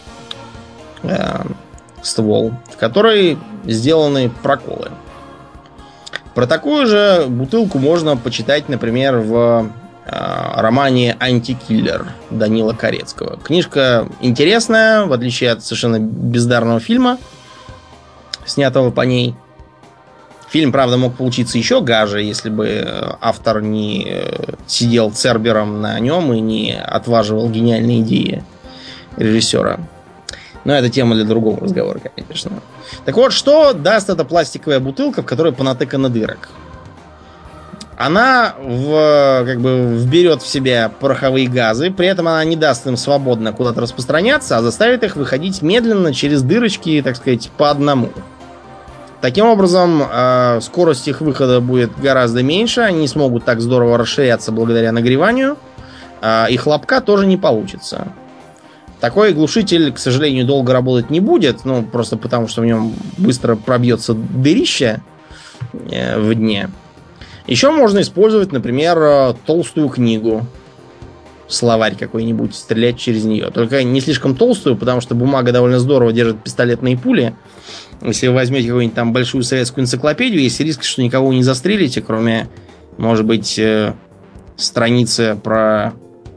ствол, в которой сделаны проколы. Про такую же бутылку можно почитать, например, в романе «Антикиллер» Данила Корецкого. Книжка интересная, в отличие от совершенно бездарного фильма, снятого по ней. Фильм, правда, мог получиться еще гаже, если бы автор не сидел цербером на нем и не отваживал гениальные идеи режиссера. Но это тема для другого разговора, конечно. Так вот, что даст эта пластиковая бутылка, в которой понатыкано дырок? Она вберет в себя пороховые газы, при этом она не даст им свободно куда-то распространяться, а заставит их выходить медленно через дырочки, так сказать, по одному. Таким образом, скорость их выхода будет гораздо меньше, они не смогут так здорово расширяться благодаря нагреванию, и хлопка тоже не получится. Такой глушитель, к сожалению, долго работать не будет, ну, просто потому, что в нем быстро пробьется дырище в дне. Еще можно использовать, например, толстую книгу, словарь какой-нибудь, стрелять через нее. Только не слишком толстую, потому что бумага довольно здорово держит пистолетные пули. Если вы возьмете какую-нибудь там большую советскую энциклопедию, есть риск, что никого не застрелите, кроме, может быть, страницы про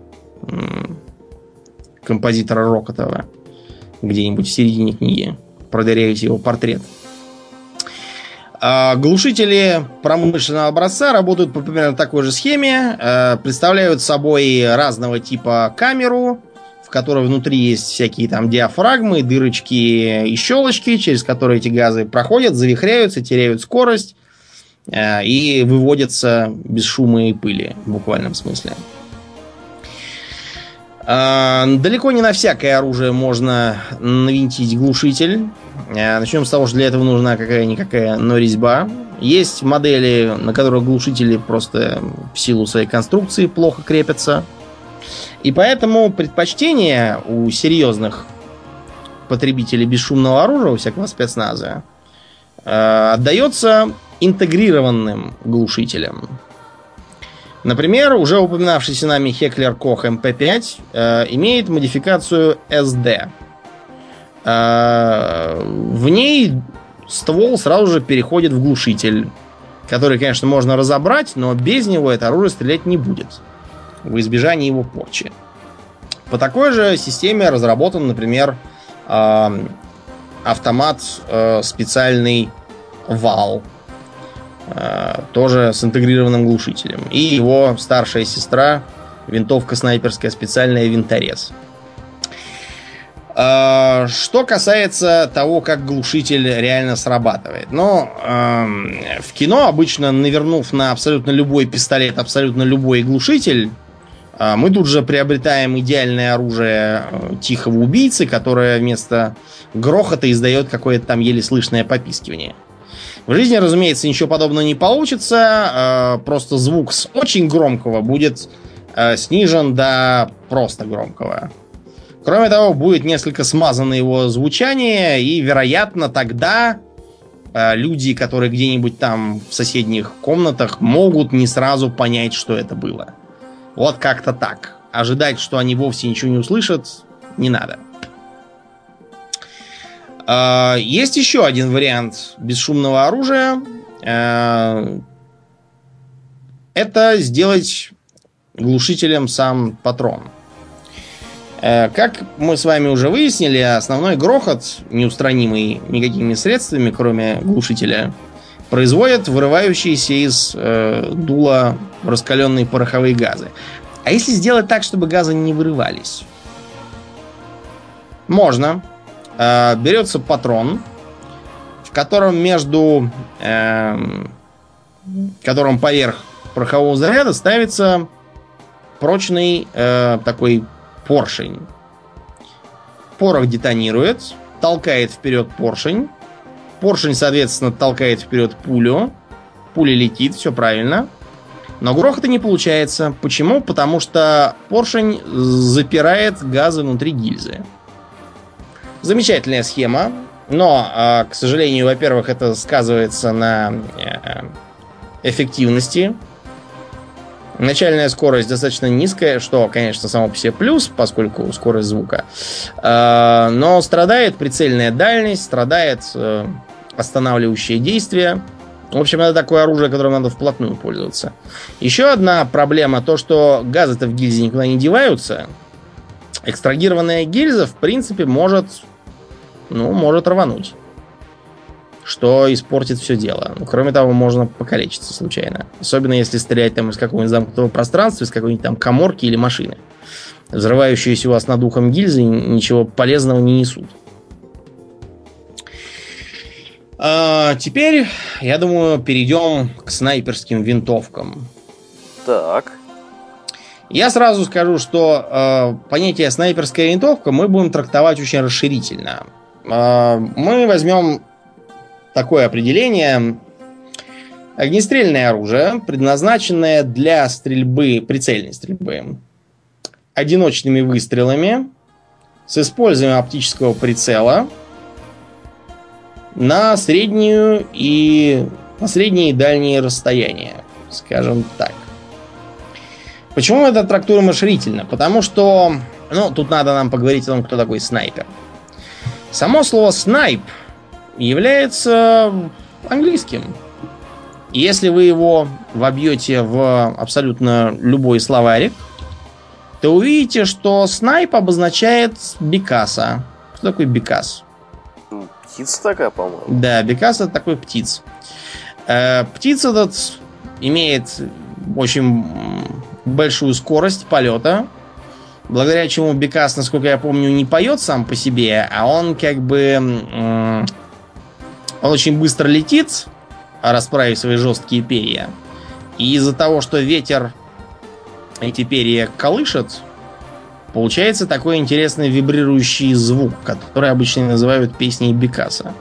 композитора Рокотова где-нибудь в середине книги. Продыряете его портрет. Глушители промышленного образца работают по примерно такой же схеме. Представляют собой разного типа камеру, в которой внутри есть всякие там диафрагмы, дырочки и щелочки, через которые эти газы проходят, завихряются, теряют скорость и выводятся без шума и пыли, в буквальном смысле. Далеко не на всякое оружие можно навинтить глушитель. Начнем с того, что для этого нужна какая-никакая, но резьба. Есть модели, на которых глушители просто в силу своей конструкции плохо крепятся. И поэтому предпочтение у серьезных потребителей бесшумного оружия, у всякого спецназа, отдается интегрированным глушителям. Например, уже упоминавшийся нами Heckler Koch MP5 имеет модификацию SD. В ней ствол сразу же переходит в глушитель, который, конечно, можно разобрать, но без него это оружие стрелять не будет, в избежание его порчи. По такой же системе разработан, например, автомат специальный Вал, тоже с интегрированным глушителем. И его старшая сестра, винтовка снайперская специальная Винторез. Что касается того, как глушитель реально срабатывает. В кино обычно, навернув на абсолютно любой пистолет, абсолютно любой глушитель, мы тут же приобретаем идеальное оружие тихого убийцы, которое вместо грохота издает какое-то там еле слышное попискивание. В жизни, разумеется, ничего подобного не получится. Просто звук с очень громкого будет снижен до просто громкого. Кроме того, будет несколько смазано его звучание, и, вероятно, тогда люди, которые где-нибудь там в соседних комнатах, могут не сразу понять, что это было. Вот как-то так. Ожидать, что они вовсе ничего не услышат, не надо. Есть еще один вариант бесшумного оружия. Это сделать глушителем сам патрон. Как мы с вами уже выяснили, основной грохот, неустранимый никакими средствами, кроме глушителя, производят вырывающиеся из дула раскаленные пороховые газы. А если сделать так, чтобы газы не вырывались? Можно. Берется патрон, в котором которым поверх порохового заряда ставится прочный такой поршень. Порох детонирует, толкает вперед поршень. Поршень, соответственно, толкает вперед пулю. Пуля летит, все правильно. Но грохота не получается. Почему? Потому что поршень запирает газы внутри гильзы. Замечательная схема. Но, к сожалению, во-первых, это сказывается на эффективности. Начальная скорость достаточно низкая, что, конечно, само по себе плюс, поскольку скорость звука. Но страдает прицельная дальность, страдает останавливающее действие. В общем, это такое оружие, которым надо вплотную пользоваться. Еще одна проблема, то, что газы-то в гильзе никуда не деваются. Экстрагированная гильза, в принципе, может рвануть. Что испортит все дело. Кроме того, можно покалечиться случайно. Особенно если стрелять там из какого-нибудь замкнутого пространства, из какой-нибудь там каморки или машины. Взрывающиеся у вас над ухом гильзы ничего полезного не несут. Теперь, я думаю, перейдем к снайперским винтовкам. Так. Я сразу скажу, что понятие снайперская винтовка мы будем трактовать очень расширительно. Мы возьмем такое определение: огнестрельное оружие, предназначенное для стрельбы, прицельной стрельбы, одиночными выстрелами, с использованием оптического прицела на средние и дальние расстояния, скажем так. Почему мы это трактуем расширительно? Потому что, тут надо нам поговорить о том, кто такой снайпер. Само слово «снайп» является английским. Если вы его вобьете в абсолютно любой словарик, то увидите, что снайп обозначает бекаса. Что такое бекас? Птица такая, по-моему. Да, бекас — это такой птиц. Птица этот имеет очень большую скорость полета, благодаря чему бекас, насколько я помню, не поет сам по себе, а он он очень быстро летит, расправив свои жесткие перья. И из-за того, что ветер эти перья колышет, получается такой интересный вибрирующий звук, который обычно называют песней Бекаса.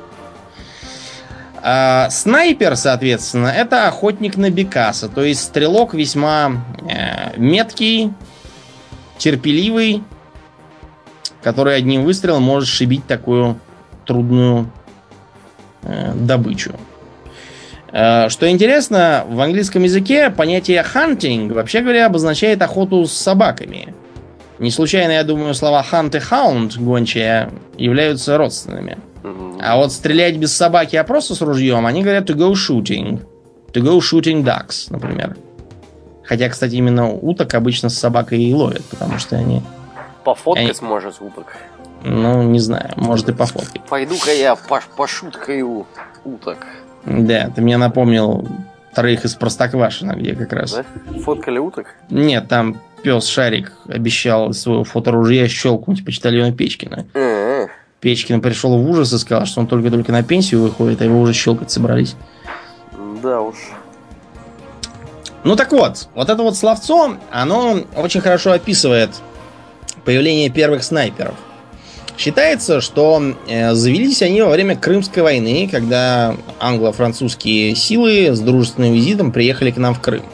А снайпер, соответственно, это охотник на Бекаса, то есть стрелок весьма меткий, терпеливый, который одним выстрелом может шибить такую трудную добычу. Что интересно, в английском языке понятие hunting, вообще говоря, обозначает охоту с собаками. Не случайно, я думаю, слова hunt и hound, гончая, являются родственными. А вот стрелять без собаки, а просто с ружьем, они говорят to go shooting. To go shooting ducks, например. Хотя, кстати, именно уток обычно с собакой и ловят, потому что они... Пофоткать может уток. Ну, не знаю, может и пофоткать. Пойду-ка я пошуткаю уток. Да, ты мне напомнил троих из Простоквашино, где как раз... Да? Фоткали уток? Нет, там пес Шарик обещал из своего фоторужья щелкнуть почтальона Печкина. Печкин пришел в ужас и сказал, что он только-только на пенсию выходит, а его уже щелкать собрались. Да уж. Ну так вот это вот словцо, оно очень хорошо описывает появление первых снайперов. Считается, что завелись они во время Крымской войны, когда англо-французские силы с дружественным визитом приехали к нам в Крым.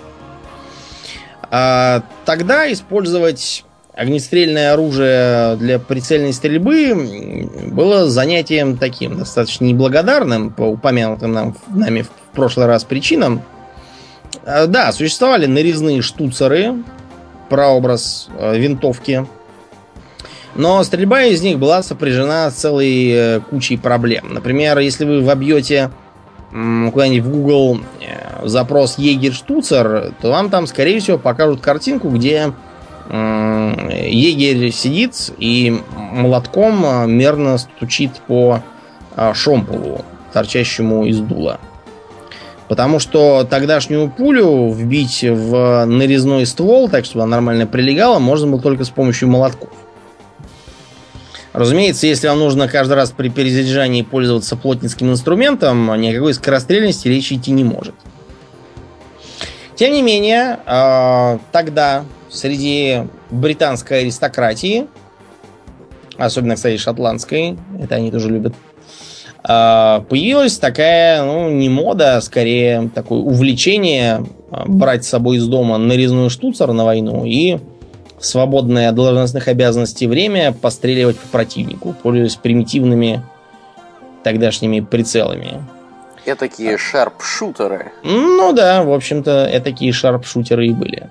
Тогда использовать огнестрельное оружие для прицельной стрельбы было занятием таким, достаточно неблагодарным, по упомянутым нами в прошлый раз причинам. Да, существовали нарезные штуцеры, прообраз винтовки, но стрельба из них была сопряжена с целой кучей проблем. Например, если вы вобьете куда-нибудь в Google запрос «Егерь-штуцер», то вам там, скорее всего, покажут картинку, где егерь сидит и молотком мерно стучит по шомполу, торчащему из дула. Потому что тогдашнюю пулю вбить в нарезной ствол, так чтобы она нормально прилегала, можно было только с помощью молотков. Разумеется, если вам нужно каждый раз при перезаряжании пользоваться плотницким инструментом, ни о какой скорострельности речи идти не может. Тем не менее, тогда среди британской аристократии, особенно, кстати, шотландской, это они тоже любят, появилась такая, не мода, а скорее такое увлечение брать с собой из дома нарезной штуцер на войну и в свободное от должностных обязанностей время постреливать по противнику, пользуясь примитивными тогдашними прицелами. Этакие шарпшутеры. Ну да, в общем-то, этакие шарпшутеры и были.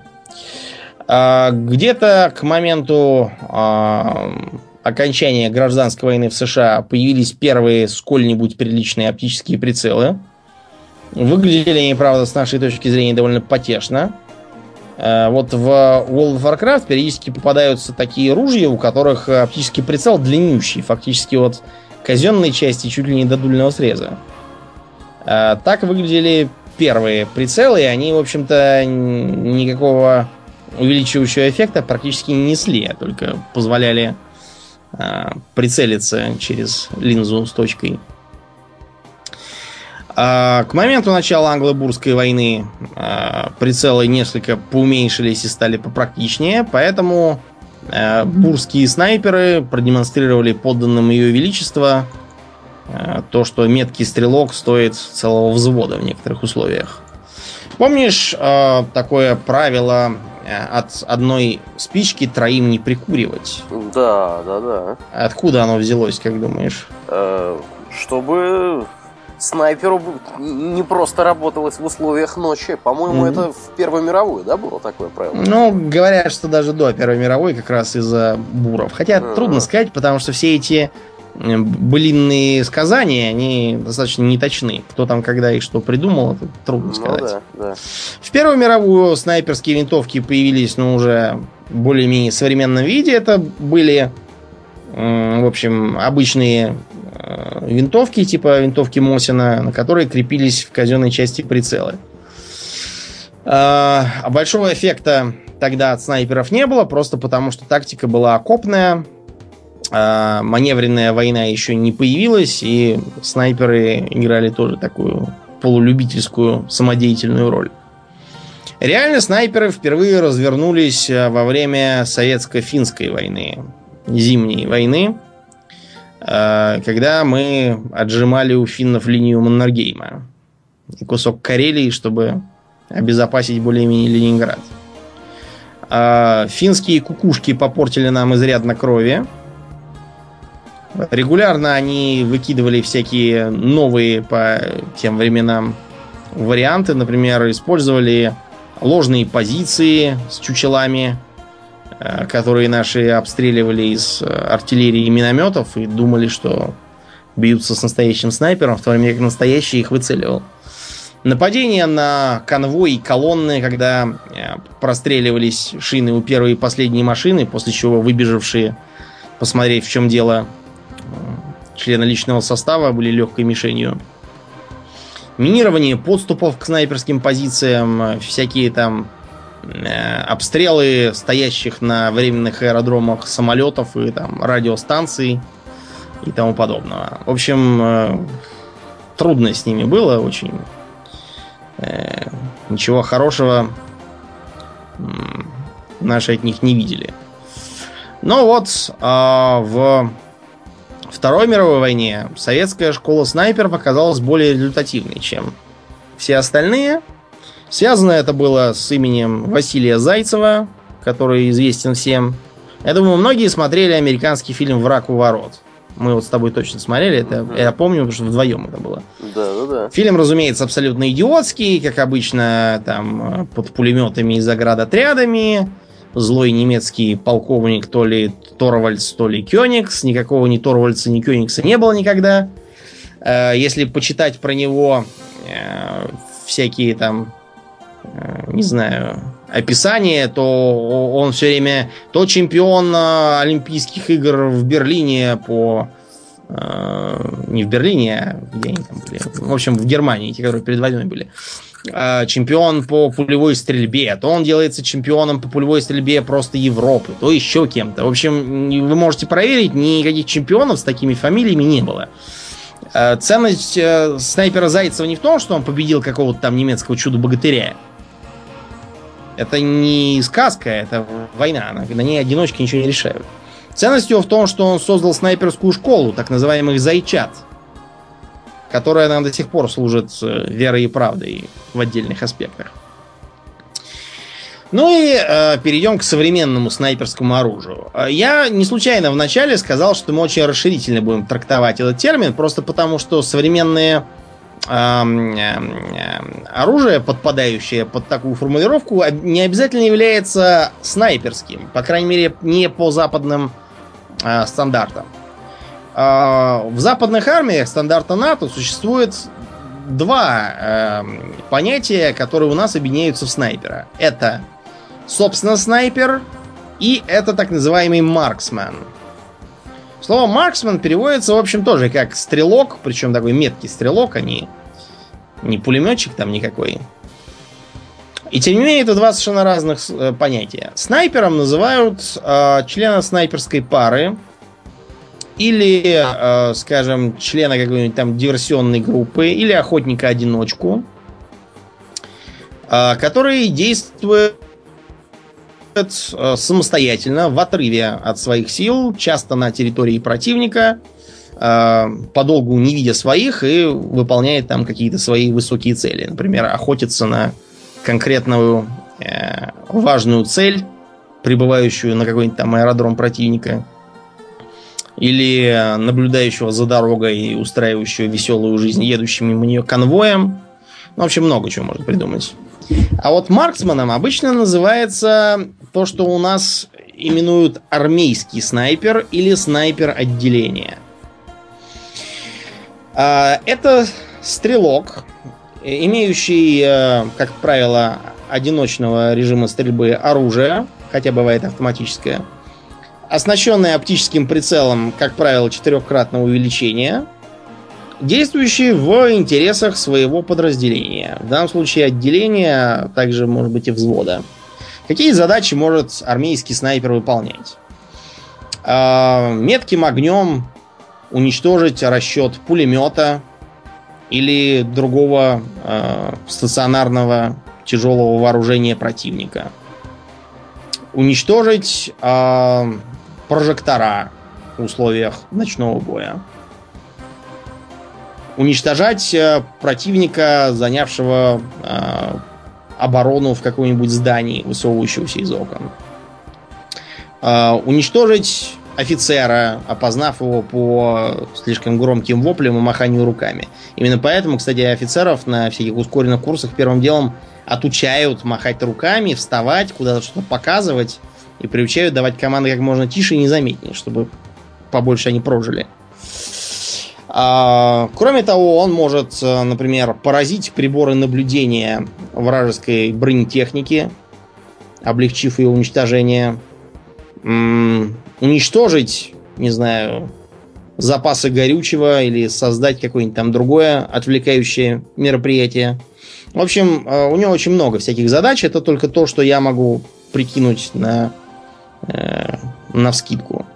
Где-то к моменту окончания гражданской войны в США появились первые сколь-нибудь приличные оптические прицелы. Выглядели они, правда, с нашей точки зрения довольно потешно. Вот в World of Warcraft периодически попадаются такие ружья, у которых оптический прицел длиннющий, фактически от казенной части чуть ли не до дульного среза. Так выглядели первые прицелы, и они, в общем-то, никакого увеличивающего эффекта практически не несли, а только позволяли прицелиться через линзу с точкой. К моменту начала англо-бурской войны прицелы несколько поуменьшились и стали попрактичнее, поэтому бурские снайперы продемонстрировали подданным Ее Величества то, что меткий стрелок стоит целого взвода в некоторых условиях. Помнишь такое правило от одной спички троим не прикуривать? Да. Откуда оно взялось, как думаешь? Чтобы снайперу не просто работалось в условиях ночи. По-моему, это в Первую мировую, да, было такое правило? Ну, говорят, что даже до Первой мировой, как раз из-за буров. Хотя трудно сказать, потому что все эти былинные сказания, они достаточно неточны. Кто там когда и что придумал, это трудно сказать. Да. В Первую мировую снайперские винтовки появились, уже в более-менее современном виде. Это были, в общем, обычные винтовки, типа винтовки Мосина, на которые крепились в казенной части прицелы. А большого эффекта тогда от снайперов не было, просто потому что тактика была окопная, маневренная война еще не появилась, и снайперы играли тоже такую полулюбительскую самодеятельную роль. Реально снайперы впервые развернулись во время Советско-финской войны, Зимней войны, когда мы отжимали у финнов линию Маннергейма и кусок Карелии, чтобы обезопасить более-менее Ленинград. Финские кукушки попортили нам изрядно крови. Регулярно они выкидывали всякие новые по тем временам варианты. Например, использовали ложные позиции с чучелами, которые наши обстреливали из артиллерии и минометов и думали, что бьются с настоящим снайпером, в то время как настоящий их выцеливал. Нападения на конвой и колонны, когда простреливались шины у первой и последней машины, после чего выбежавшие посмотреть, в чем дело, члены личного состава были легкой мишенью. Минирование подступов к снайперским позициям, всякие там обстрелы стоящих на временных аэродромах самолетов и там радиостанций и тому подобного. В общем, трудно с ними было очень. Ничего хорошего наши от них не видели. Но вот в Второй мировой войне советская школа снайперов оказалась более результативной, чем все остальные. Связано это было с именем Василия Зайцева, который известен всем. Я думаю, многие смотрели американский фильм «Враг у ворот». Мы вот с тобой точно смотрели, это я помню, потому что вдвоем это было. Да. Фильм, разумеется, абсолютно идиотский, как обычно, там под пулеметами и заградотрядами. Злой немецкий полковник, то ли Торвальдс, то ли Кёнигс. Никакого ни Торвальдса, ни Кёнигса не было никогда. Если почитать про него всякие там, не знаю, описания, то он все время то чемпион Олимпийских игр в Берлине по... Не в Берлине, а где они там были? В общем, в Германии, те, которые перед войной были. Чемпион по пулевой стрельбе, то он делается чемпионом по пулевой стрельбе просто Европы, то еще кем-то. В общем, вы можете проверить, никаких чемпионов с такими фамилиями не было. Ценность снайпера Зайцева не в том, что он победил какого-то там немецкого чудо-богатыря. Это не сказка, это война. На ней одиночки ничего не решают. Ценность его в том, что он создал снайперскую школу, так называемых зайчат, которая нам до сих пор служит верой и правдой в отдельных аспектах. Ну и перейдем к современному снайперскому оружию. Я не случайно в начале сказал, что мы очень расширительно будем трактовать этот термин, просто потому что современное оружие, подпадающее под такую формулировку, не обязательно является снайперским, по крайней мере, не по западным стандартам. В западных армиях стандарта НАТО существует два понятия, которые у нас объединяются в снайпера. Это, собственно, снайпер и это так называемый марксмен. Слово марксмен переводится, в общем, тоже как стрелок, причем такой меткий стрелок, а не пулеметчик там никакой. И тем не менее, это два совершенно разных понятия. Снайпером называют члена снайперской пары или, скажем, члена какой-нибудь там диверсионной группы или охотника-одиночку, который действует самостоятельно, в отрыве от своих сил, часто на территории противника, подолгу не видя своих, и выполняет там какие-то свои высокие цели. Например, охотится на конкретную важную цель, прибывающую на какой-нибудь там аэродром противника, или наблюдающего за дорогой и устраивающего веселую жизнь едущим мимо нее конвоем. Ну, в общем, много чего можно придумать. А вот марксменом обычно называется то, что у нас именуют армейский снайпер или снайпер отделения. Это стрелок, имеющий, как правило, одиночного режима стрельбы оружия, хотя бывает автоматическое, оснащенный оптическим прицелом, как правило, 4-кратного увеличения, действующий в интересах своего подразделения. В данном случае отделения, также, может быть, и взвода. Какие задачи может армейский снайпер выполнять? Метким огнем уничтожить расчет пулемета или другого стационарного тяжелого вооружения противника. Уничтожить прожектора в условиях ночного боя. Уничтожать противника, занявшего оборону в каком-нибудь здании, высовывающегося из окон. Уничтожить офицера, опознав его по слишком громким воплям и маханию руками. Именно поэтому, кстати, офицеров на всяких ускоренных курсах первым делом отучают махать руками, вставать, куда-то что-то показывать и приучают давать команды как можно тише и незаметнее, чтобы побольше они прожили. Кроме того, он может, например, поразить приборы наблюдения вражеской бронетехники, облегчив ее уничтожение. Уничтожить, не знаю, запасы горючего или создать какое-нибудь там другое отвлекающее мероприятие. В общем, у него очень много всяких задач. Это только то, что я могу прикинуть навскидку.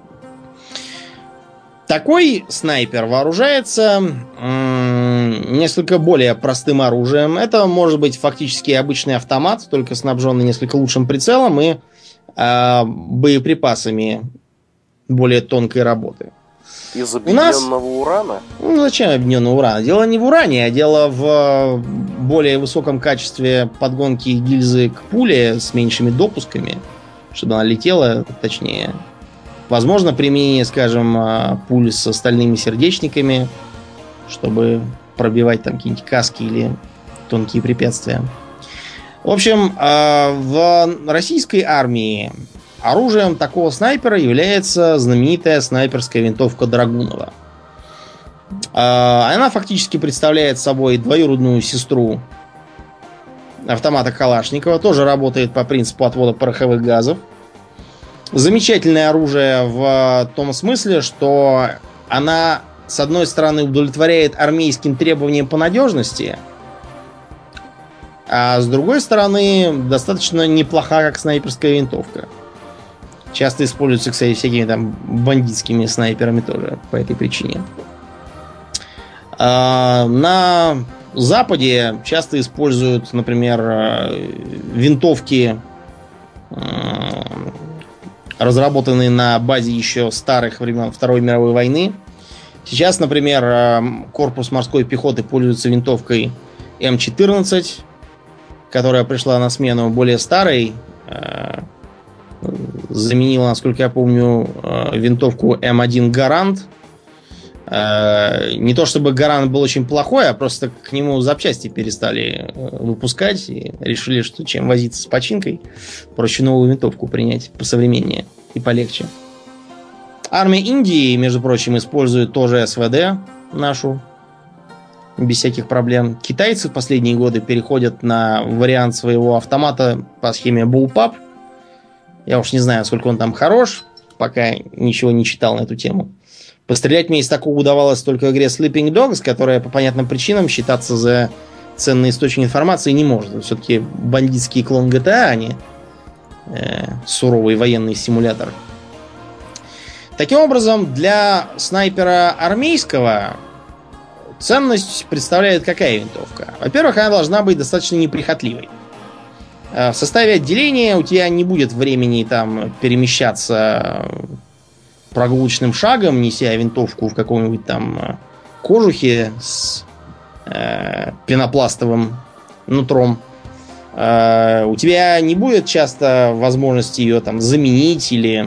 Такой снайпер вооружается несколько более простым оружием. Это может быть фактически обычный автомат, только снабженный несколько лучшим прицелом и боеприпасами более тонкой работы. Из объединенного урана? Ну, зачем объединенного урана? Дело не в уране, а дело в более высоком качестве подгонки гильзы к пуле с меньшими допусками, чтобы она летела точнее. Возможно, применение, скажем, пуль с стальными сердечниками, чтобы пробивать там какие-нибудь каски или тонкие препятствия. В общем, в российской армии оружием такого снайпера является знаменитая снайперская винтовка Драгунова. Она фактически представляет собой двоюродную сестру автомата Калашникова. Тоже работает по принципу отвода пороховых газов. Замечательное оружие в том смысле, что она, с одной стороны, удовлетворяет армейским требованиям по надежности, а с другой стороны, достаточно неплоха как снайперская винтовка. Часто используется, кстати, всякими там бандитскими снайперами тоже по этой причине. На Западе часто используют, например, винтовки, разработанные на базе еще старых времен Второй мировой войны. Сейчас, например, корпус морской пехоты пользуется винтовкой М14, которая пришла на смену более старой. Заменила, насколько я помню, винтовку М1 Гарант. Не то чтобы Гарант был очень плохой, а просто к нему запчасти перестали выпускать и решили, что чем возиться с починкой, проще новую винтовку принять посовременнее и полегче. Армия Индии, между прочим, использует тоже СВД нашу без всяких проблем. Китайцы в последние годы переходят на вариант своего автомата по схеме Bullpup. Я уж не знаю, сколько он там хорош, пока ничего не читал на эту тему. Пострелять мне из такого удавалось только в игре Sleeping Dogs, которая по понятным причинам считаться за ценный источник информации не может. Все-таки бандитский клон GTA, а не суровый военный симулятор. Таким образом, для снайпера армейского ценность представляет какая винтовка? Во-первых, она должна быть достаточно неприхотливой. В составе отделения у тебя не будет времени там перемещаться прогулочным шагом, неся винтовку в каком-нибудь там кожухе с пенопластовым нутром. У тебя не будет часто возможности ее там заменить или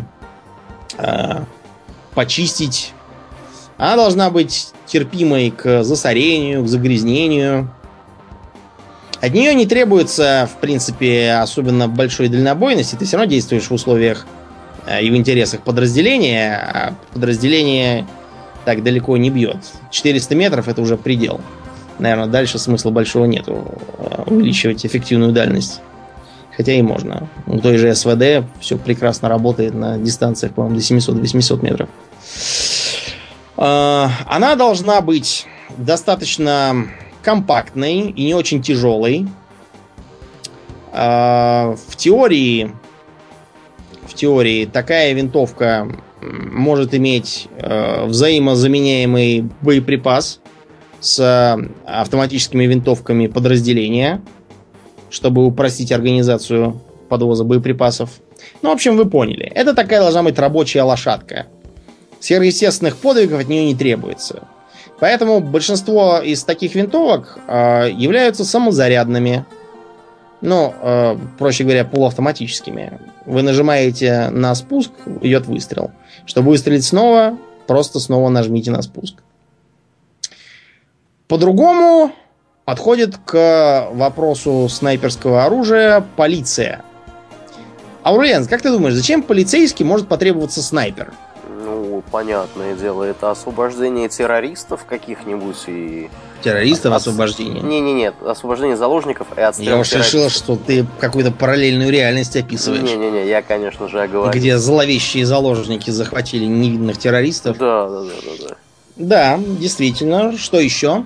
почистить. Она должна быть терпимой к засорению, к загрязнению. От нее не требуется, в принципе, особенно большой дальнобойности. Ты все равно действуешь в условиях и в интересах подразделения, а подразделение так далеко не бьет. 400 метров — это уже предел. Наверное, дальше смысла большого нету увеличивать эффективную дальность. Хотя и можно. У той же СВД все прекрасно работает на дистанциях, по-моему, до 700-800 метров. Она должна быть достаточно компактной и не очень тяжелой. В теории такая винтовка может иметь взаимозаменяемый боеприпас с автоматическими винтовками подразделения. чтобы упростить организацию подвоза боеприпасов. Ну, в общем, вы поняли. Это такая должна быть рабочая лошадка. Сверхъестественных подвигов от нее не требуется. Поэтому большинство из таких винтовок являются самозарядными. Ну, проще говоря, полуавтоматическими. Вы нажимаете на спуск, идет выстрел. Чтобы выстрелить снова, просто снова нажмите на спуск. По-другому подходит к вопросу снайперского оружия полиция. Аурельян, как ты думаешь, зачем полицейский может потребоваться снайпер? Ну, понятное дело, это освобождение террористов каких-нибудь и... Террористов освобождение? Не-не-не, освобождение заложников и отстрел террористов. Я уж решил, что ты какую-то параллельную реальность описываешь. Не-не-не, я, конечно же, оговорил. Где зловещие заложники захватили невинных террористов. Да. Да, действительно. Что еще?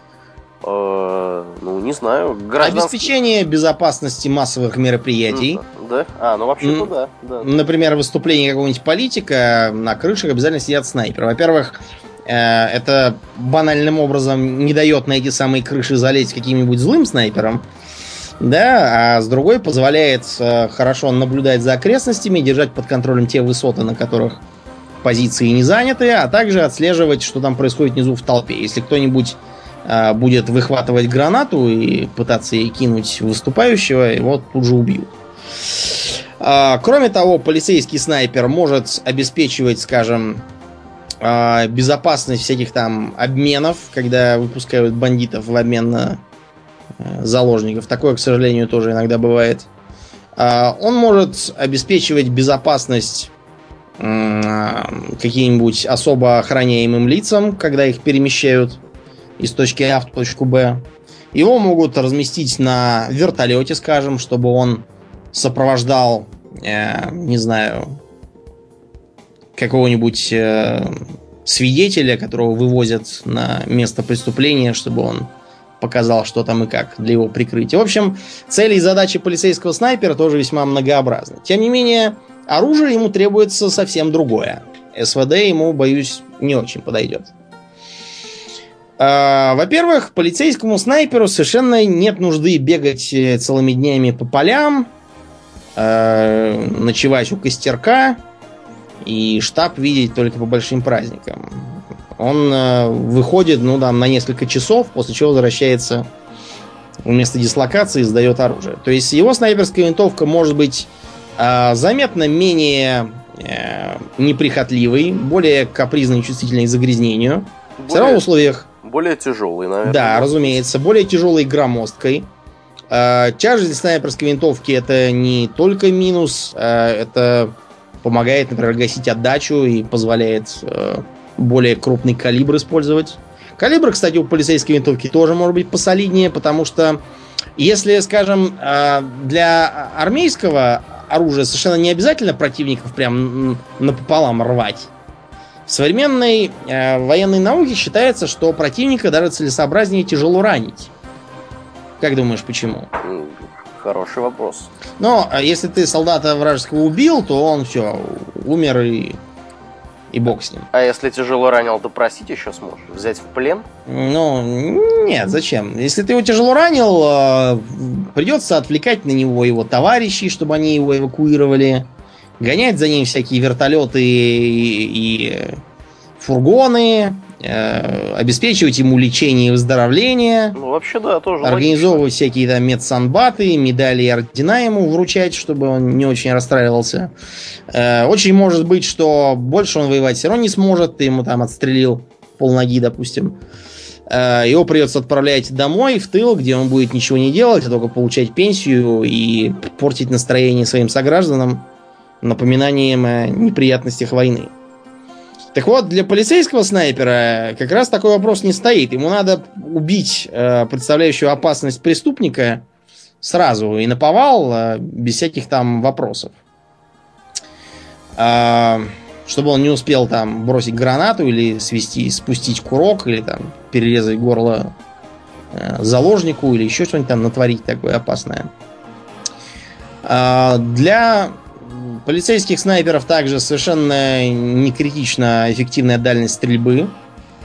Ну, не знаю. Обеспечение безопасности массовых мероприятий. Да? Ну вообще-то да. Например, выступление какого-нибудь политика, на крышах обязательно сидят снайперы. Во-первых, это банальным образом не дает на эти самые крыши залезть каким-нибудь злым снайпером. Да, а с другой позволяет хорошо наблюдать за окрестностями, держать под контролем те высоты, на которых позиции не заняты, а также отслеживать, что там происходит внизу в толпе. Если кто-нибудь будет выхватывать гранату и пытаться ей кинуть выступающего, его тут же убьют. Кроме того, полицейский снайпер может обеспечивать, скажем, безопасность всяких там обменов, когда выпускают бандитов в обмен на заложников. Такое, к сожалению, тоже иногда бывает. Он может обеспечивать безопасность каким-нибудь особо охраняемым лицам, когда их перемещают из точки А в точку Б. Его могут разместить на вертолете, скажем, чтобы он сопровождал, не знаю, какого-нибудь свидетеля, которого вывозят на место преступления, чтобы он показал, что там и как для его прикрытия. В общем, цели и задачи полицейского снайпера тоже весьма многообразны. Тем не менее, оружие ему требуется совсем другое. СВД ему, боюсь, не очень подойдет. Во-первых, полицейскому снайперу совершенно нет нужды бегать целыми днями по полям, ночевать у костерка и штаб видеть только по большим праздникам. Он выходит, на несколько часов, после чего возвращается в место дислокации и сдает оружие. То есть его снайперская винтовка может быть заметно менее неприхотливой, более капризной и чувствительной к загрязнению. Все равно в условиях... Более тяжелый, наверное. Да, разумеется, более тяжелой и громоздкой. Тяжесть снайперской винтовки это не только минус, это помогает, например, гасить отдачу и позволяет более крупный калибр использовать. Калибр, кстати, у полицейской винтовки тоже может быть посолиднее, потому что если, скажем, для армейского оружия совершенно не обязательно противников прям напополам рвать. В современной военной науке считается, что противника даже целесообразнее тяжело ранить. Как думаешь, почему? Хороший вопрос. Но если ты солдата вражеского убил, то он все, умер и бог с ним. А если тяжело ранил, допросить еще сможешь? Взять в плен? Нет, зачем? Если ты его тяжело ранил, придется отвлекать на него его товарищей, чтобы они его эвакуировали. Гонять за ним всякие вертолеты и фургоны, обеспечивать ему лечение и выздоровление. Вообще, да, тоже организовывать логично. Всякие там медсанбаты, медали и ордена ему вручать, чтобы он не очень расстраивался. Очень может быть, что больше он воевать все равно не сможет. Ты ему там отстрелил полноги, допустим. Его придется отправлять домой, в тыл, где он будет ничего не делать, а только получать пенсию и портить настроение своим согражданам напоминанием о неприятностях войны. Так вот, для полицейского снайпера как раз такой вопрос не стоит. Ему надо убить представляющего опасность преступника сразу и наповал, без всяких там вопросов. Чтобы он не успел там бросить гранату или спустить курок, или там перерезать горло заложнику, или еще что-нибудь там натворить такое опасное. Для полицейских снайперов также совершенно не критично эффективная дальность стрельбы.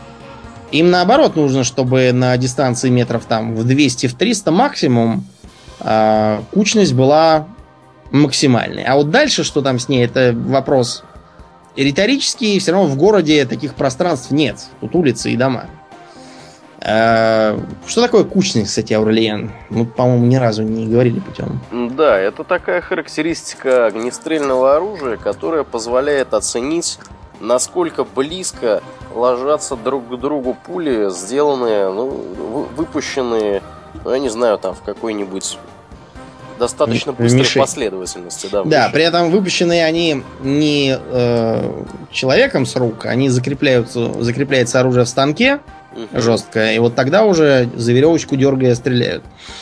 Им наоборот нужно, чтобы на дистанции метров там в 200-300 максимум кучность была максимальной. А вот дальше, что там с ней, это вопрос риторический. Все равно в городе таких пространств нет. Тут улицы и дома. Что такое кучность, кстати, Аурельян? Мы, по-моему, ни разу не говорили путем. Да, это такая характеристика огнестрельного оружия, которая позволяет оценить, насколько близко ложатся друг к другу пули, сделанные, выпущенные, я не знаю, там в какой-нибудь достаточно быстрой последовательности. Да, при этом выпущенные они не человеком с рук, они закрепляется оружие в станке жестко, и вот тогда уже за веревочку дергая стреляют.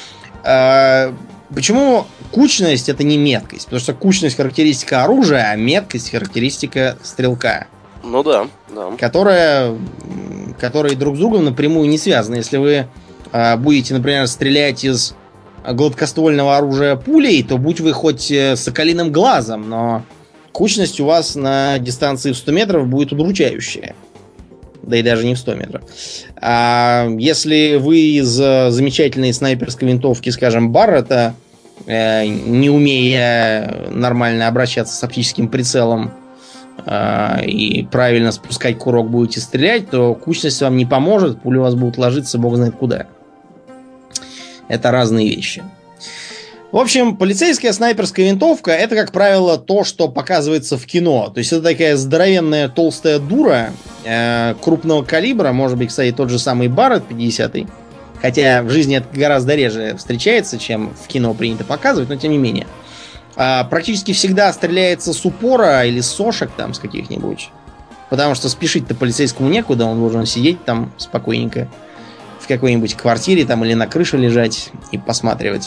Почему кучность это не меткость? Потому что кучность характеристика оружия, а меткость характеристика стрелка. Ну да. Которые друг с другом напрямую не связаны. Если вы будете, например, стрелять из гладкоствольного оружия пулей, то будь вы хоть соколиным глазом, но кучность у вас на дистанции в 100 метров будет удручающая. Да и даже не в 100 метров. А если вы из замечательной снайперской винтовки, скажем, Баррета, не умея нормально обращаться с оптическим прицелом и правильно спускать курок будете стрелять, то кучность вам не поможет, пули у вас будут ложиться бог знает куда. Это разные вещи. В общем, полицейская снайперская винтовка — это, как правило, то, что показывается в кино. То есть это такая здоровенная толстая дура крупного калибра. Может быть, кстати, тот же самый Барретт 50-й. Хотя в жизни это гораздо реже встречается, чем в кино принято показывать, но тем не менее. Практически всегда стреляется с упора или с сошек там, с каких-нибудь. Потому что спешить-то полицейскому некуда, он должен сидеть там спокойненько в какой-нибудь квартире там или на крыше лежать и посматривать.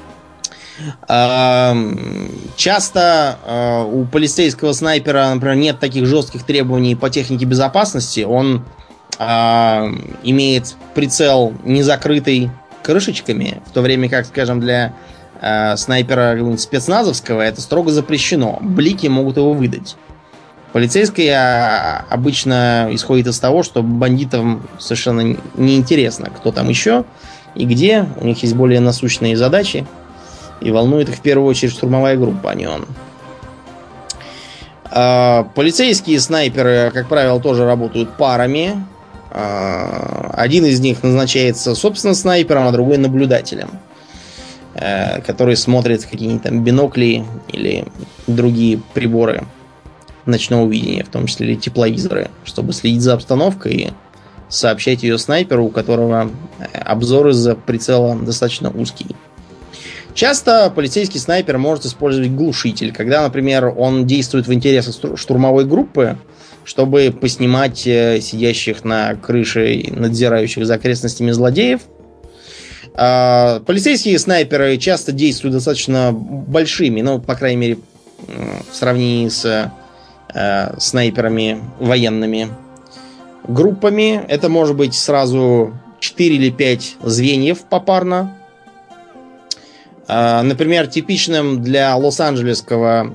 Часто у полицейского снайпера, например, нет таких жестких требований по технике безопасности. Он имеет прицел не закрытый крышечками, в то время как, скажем, для снайпера спецназовского это строго запрещено. Блики могут его выдать. Полицейский обычно исходит из того, что бандитам совершенно неинтересно, кто там еще и где. У них есть более насущные задачи. И волнует их в первую очередь штурмовая группа, а не он. Полицейские снайперы, как правило, тоже работают парами. Один из них назначается, собственно, снайпером, а другой наблюдателем, который смотрит какие-нибудь там бинокли или другие приборы ночного видения, в том числе тепловизоры, чтобы следить за обстановкой и сообщать ее снайперу, у которого обзор из-за прицела достаточно узкий. Часто полицейский снайпер может использовать глушитель, когда, например, он действует в интересах штурмовой группы, чтобы поснимать сидящих на крыше и надзирающих за окрестностями злодеев. Полицейские снайперы часто действуют достаточно большими, по крайней мере, в сравнении с снайперами военными группами. Это может быть сразу 4 или 5 звеньев попарно. Например, типичным для лос-анджелесского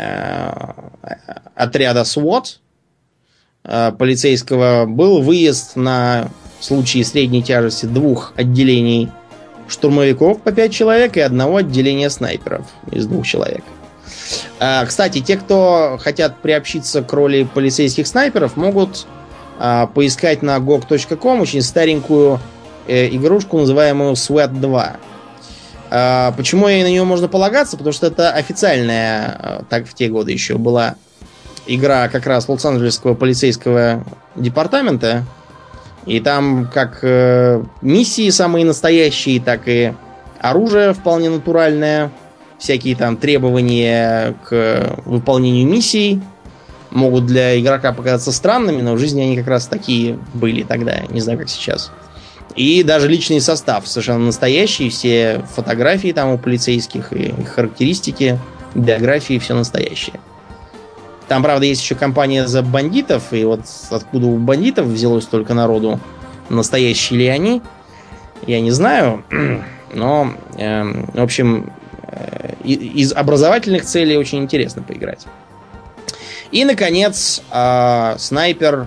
отряда SWAT полицейского был выезд на случай средней тяжести 2 отделений штурмовиков по 5 человек и 1 отделения снайперов из 2 человек. Кстати, те, кто хотят приобщиться к роли полицейских снайперов, могут поискать на gog.com очень старенькую игрушку, называемую SWAT 2. Почему на нее можно полагаться? Потому что это официальная, так в те годы еще была игра как раз Лос-Анджелесского полицейского департамента. И там как миссии самые настоящие, так и оружие вполне натуральное. Всякие там требования к выполнению миссий могут для игрока показаться странными, но в жизни они как раз такие были тогда. Не знаю, как сейчас. И даже личный состав совершенно настоящий. Все фотографии там у полицейских и характеристики, биографии, все настоящее. Там, правда, есть еще компания за бандитов. И вот откуда у бандитов взялось столько народу, настоящие ли они, я не знаю. Но, в общем, из образовательных целей очень интересно поиграть. И, наконец, снайпер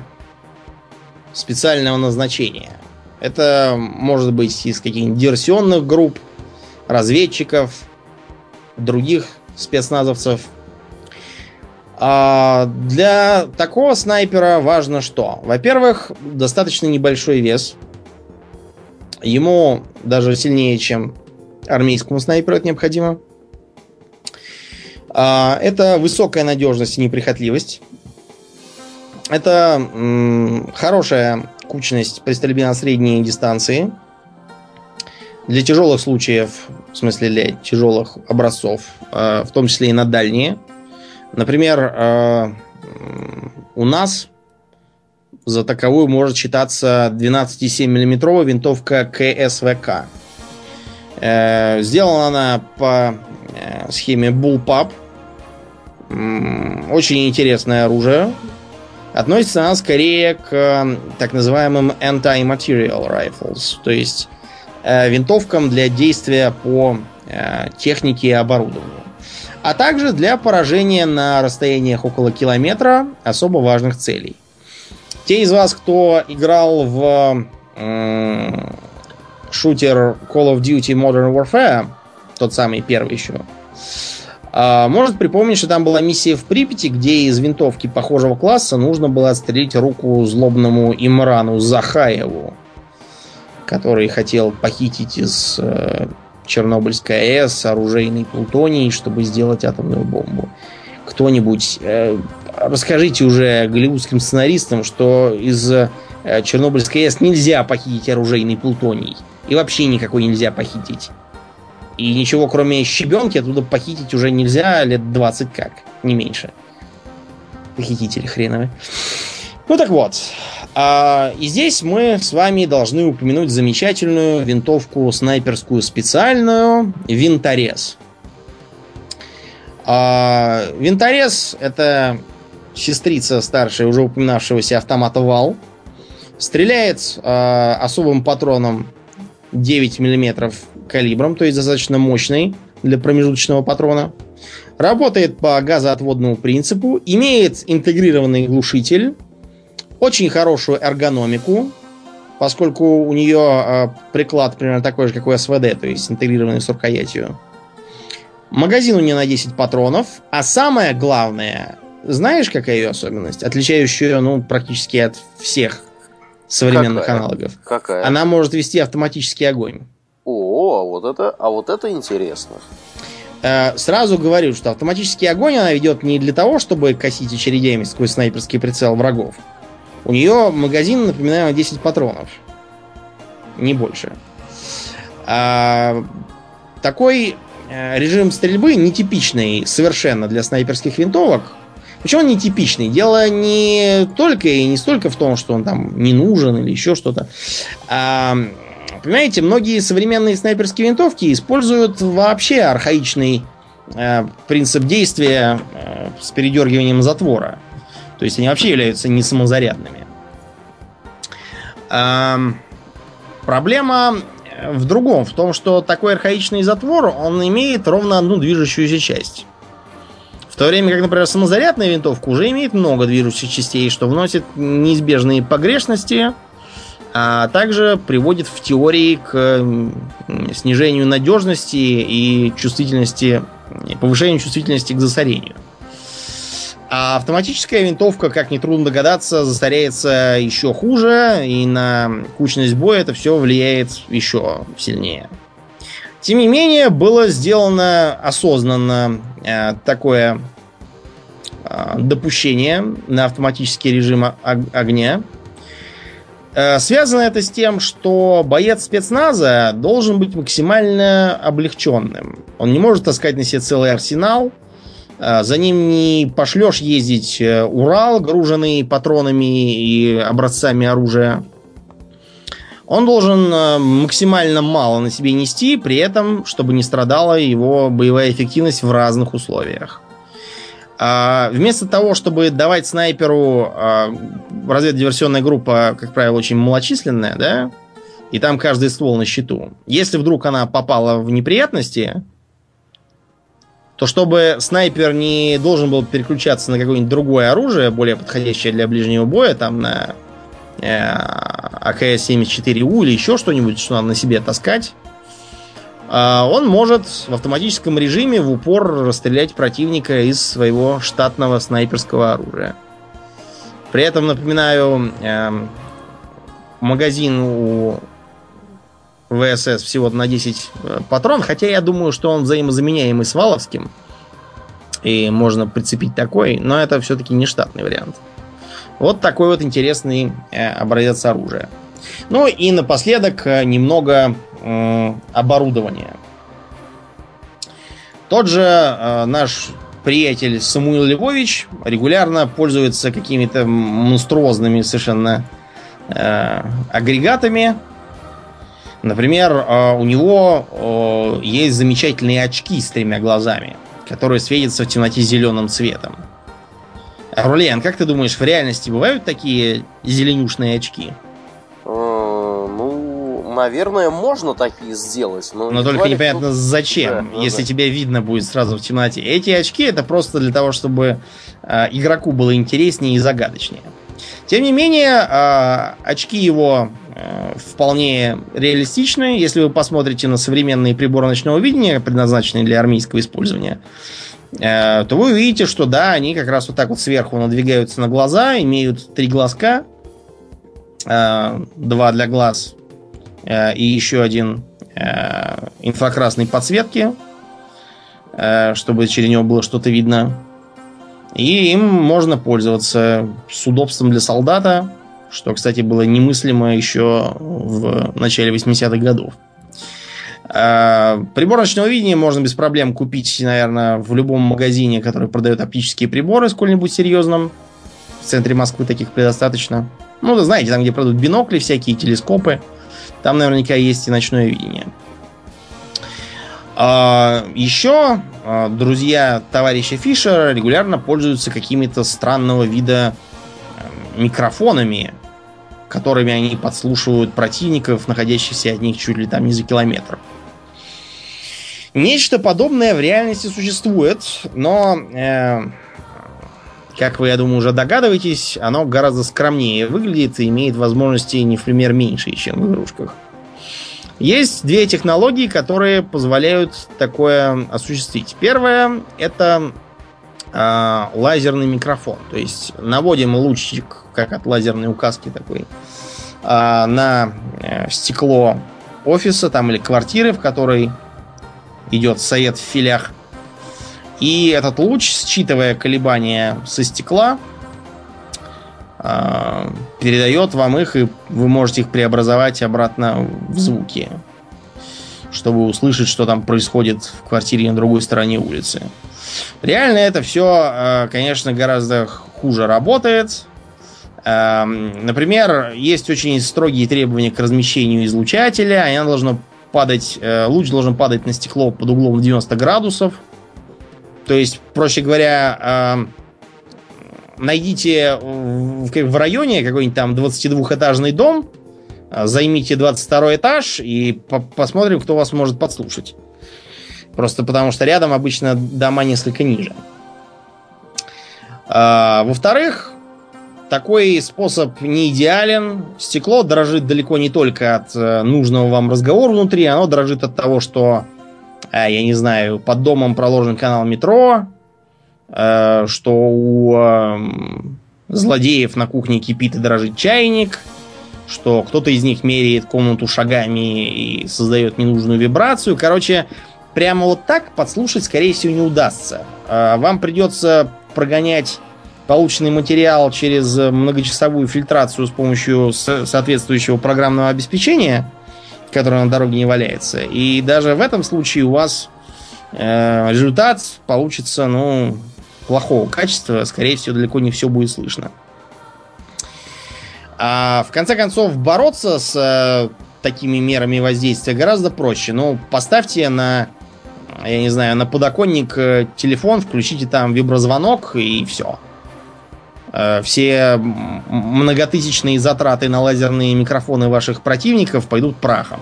специального назначения. Это может быть из каких-нибудь диверсионных групп, разведчиков, других спецназовцев. Для такого снайпера важно что? Во-первых, достаточно небольшой вес. Ему даже сильнее, чем армейскому снайперу это необходимо. Это высокая надежность и неприхотливость. Это хорошая кучность при стрельбе на средней дистанции. Для тяжелых случаев, в смысле для тяжелых образцов, в том числе и на дальние. Например, у нас за таковую может считаться 12,7 мм винтовка КСВК. Сделана она по схеме Bullpup. Очень интересное оружие. Относится она скорее к так называемым anti-material rifles, то есть винтовкам для действия по технике и оборудованию. А также для поражения на расстояниях около километра особо важных целей. Те из вас, кто играл в шутер Call of Duty Modern Warfare, тот самый первый еще, может припомнить, что там была миссия в Припяти, где из винтовки похожего класса нужно было отстрелить руку злобному Имрану Захаеву, который хотел похитить из Чернобыльской АЭС оружейный плутоний, чтобы сделать атомную бомбу. Кто-нибудь расскажите уже голливудским сценаристам, что из Чернобыльской АЭС нельзя похитить оружейный плутоний. И вообще никакой нельзя похитить. И ничего, кроме щебенки, оттуда похитить уже нельзя лет 20 как, не меньше. Похитители хреновы. Ну так вот. И здесь мы с вами должны упомянуть замечательную винтовку снайперскую специальную Винторез. Винторез — это сестрица старшая уже упоминавшегося автомата ВАЛ. Стреляет особым патроном 9 мм калибром, то есть достаточно мощный для промежуточного патрона. Работает по газоотводному принципу, имеет интегрированный глушитель, очень хорошую эргономику, поскольку у нее приклад примерно такой же, как у СВД, то есть интегрированный с рукоятью. Магазин у нее на 10 патронов, а самое главное, знаешь, какая ее особенность, отличающая ее практически от всех современных аналогов? Какая? Она может вести автоматический огонь. Вот это интересно. Сразу говорю, что автоматический огонь она ведет не для того, чтобы косить очередями сквозь снайперский прицел врагов. У нее магазин, напоминаю, на 10 патронов. Не больше. Такой режим стрельбы нетипичный совершенно для снайперских винтовок. Почему он нетипичный? Дело не только и не столько в том, что он там не нужен или еще что-то. Понимаете, многие современные снайперские винтовки используют вообще архаичный принцип действия с передергиванием затвора. То есть они вообще являются не самозарядными. Проблема в другом, в том, что такой архаичный затвор, он имеет ровно одну движущуюся часть. В то время как, например, самозарядная винтовка уже имеет много движущих частей, что вносит неизбежные погрешности, а также приводит в теории к снижению надежности и чувствительности, повышению чувствительности к засорению. А автоматическая винтовка, как нетрудно догадаться, засоряется еще хуже, и на кучность боя это все влияет еще сильнее. Тем не менее, было сделано осознанно такое допущение на автоматический режим огня. Связано это с тем, что боец спецназа должен быть максимально облегченным. Он не может таскать на себе целый арсенал. За ним не пошлешь ездить Урал, груженный патронами и образцами оружия. Он должен максимально мало на себе нести, при этом, чтобы не страдала его боевая эффективность в разных условиях. Вместо того, чтобы давать снайперу, разведдиверсионная группа, как правило, очень малочисленная, да, и там каждый ствол на счету. Если вдруг она попала в неприятности, то чтобы снайпер не должен был переключаться на какое-нибудь другое оружие, более подходящее для ближнего боя, там на АКС-74У или еще что-нибудь, что надо на себе таскать, он может в автоматическом режиме в упор расстрелять противника из своего штатного снайперского оружия. При этом, напоминаю, магазин у ВСС всего на 10 патрон, хотя я думаю, что он взаимозаменяемый с валовским, и можно прицепить такой, но это все-таки не штатный вариант. Вот такой вот интересный образец оружия. Ну и напоследок немного оборудования. Тот же наш приятель Самуил Львович регулярно пользуется какими-то монструозными совершенно агрегатами. Например, у него есть замечательные очки с 3 глазами, которые светятся в темноте зеленым цветом. Рулен, как ты думаешь, в реальности бывают такие зеленюшные очки? Наверное, можно такие сделать. Но только непонятно зачем, да, если тебя видно будет сразу в темноте. Эти очки это просто для того, чтобы игроку было интереснее и загадочнее. Тем не менее, очки его вполне реалистичны. Если вы посмотрите на современные приборы ночного видения, предназначенные для армейского использования, то вы увидите, что да, они как раз вот так вот сверху надвигаются на глаза, имеют 3 глазка, 2 для глаз и еще один инфракрасной подсветки, чтобы через него было что-то видно. И им можно пользоваться с удобством для солдата, что, кстати, было немыслимо еще в начале 80-х годов. Прибор ночного видения можно без проблем купить, наверное, в любом магазине, который продает оптические приборы, сколь-нибудь серьезном. В центре Москвы таких предостаточно. Ну, вы знаете, там, где продают бинокли, всякие телескопы. Там наверняка есть и ночное видение. Еще друзья товарища Фишера регулярно пользуются какими-то странного вида микрофонами, которыми они подслушивают противников, находящихся от них чуть ли там не за километр. Нечто подобное в реальности существует, но, как вы, я думаю, уже догадываетесь, оно гораздо скромнее выглядит и имеет возможности не в пример меньше, чем в игрушках. Есть 2 технологии, которые позволяют такое осуществить. Первое — это лазерный микрофон. То есть наводим лучик, как от лазерной указки такой, на стекло офиса там, или квартиры, в которой идет совет в филях. И этот луч, считывая колебания со стекла, передает вам их, и вы можете их преобразовать обратно в звуки, чтобы услышать, что там происходит в квартире на другой стороне улицы. Реально это все, конечно, гораздо хуже работает. Например, есть очень строгие требования к размещению излучателя. Оно должно падать, луч должен падать на стекло под углом 90 градусов. То есть, проще говоря, найдите в районе какой-нибудь там 22-этажный дом, займите 22 этаж и посмотрим, кто вас может подслушать. Просто потому, что рядом обычно дома несколько ниже. Во-вторых, такой способ не идеален. Стекло дрожит далеко не только от нужного вам разговора внутри, оно дрожит от того, что, я не знаю, под домом проложен канал метро, что у злодеев на кухне кипит и дрожит чайник, что кто-то из них меряет комнату шагами и создает ненужную вибрацию. Короче, прямо вот так подслушать, скорее всего, не удастся. Вам придется прогонять полученный материал через многочасовую фильтрацию с помощью соответствующего программного обеспечения, которое на дороге не валяется. И даже в этом случае у вас результат получится, плохого качества. Скорее всего, далеко не все будет слышно. А в конце концов, бороться с такими мерами воздействия гораздо проще. Поставьте на подоконник телефон, включите там виброзвонок и все. Все многотысячные затраты на лазерные микрофоны ваших противников пойдут прахом.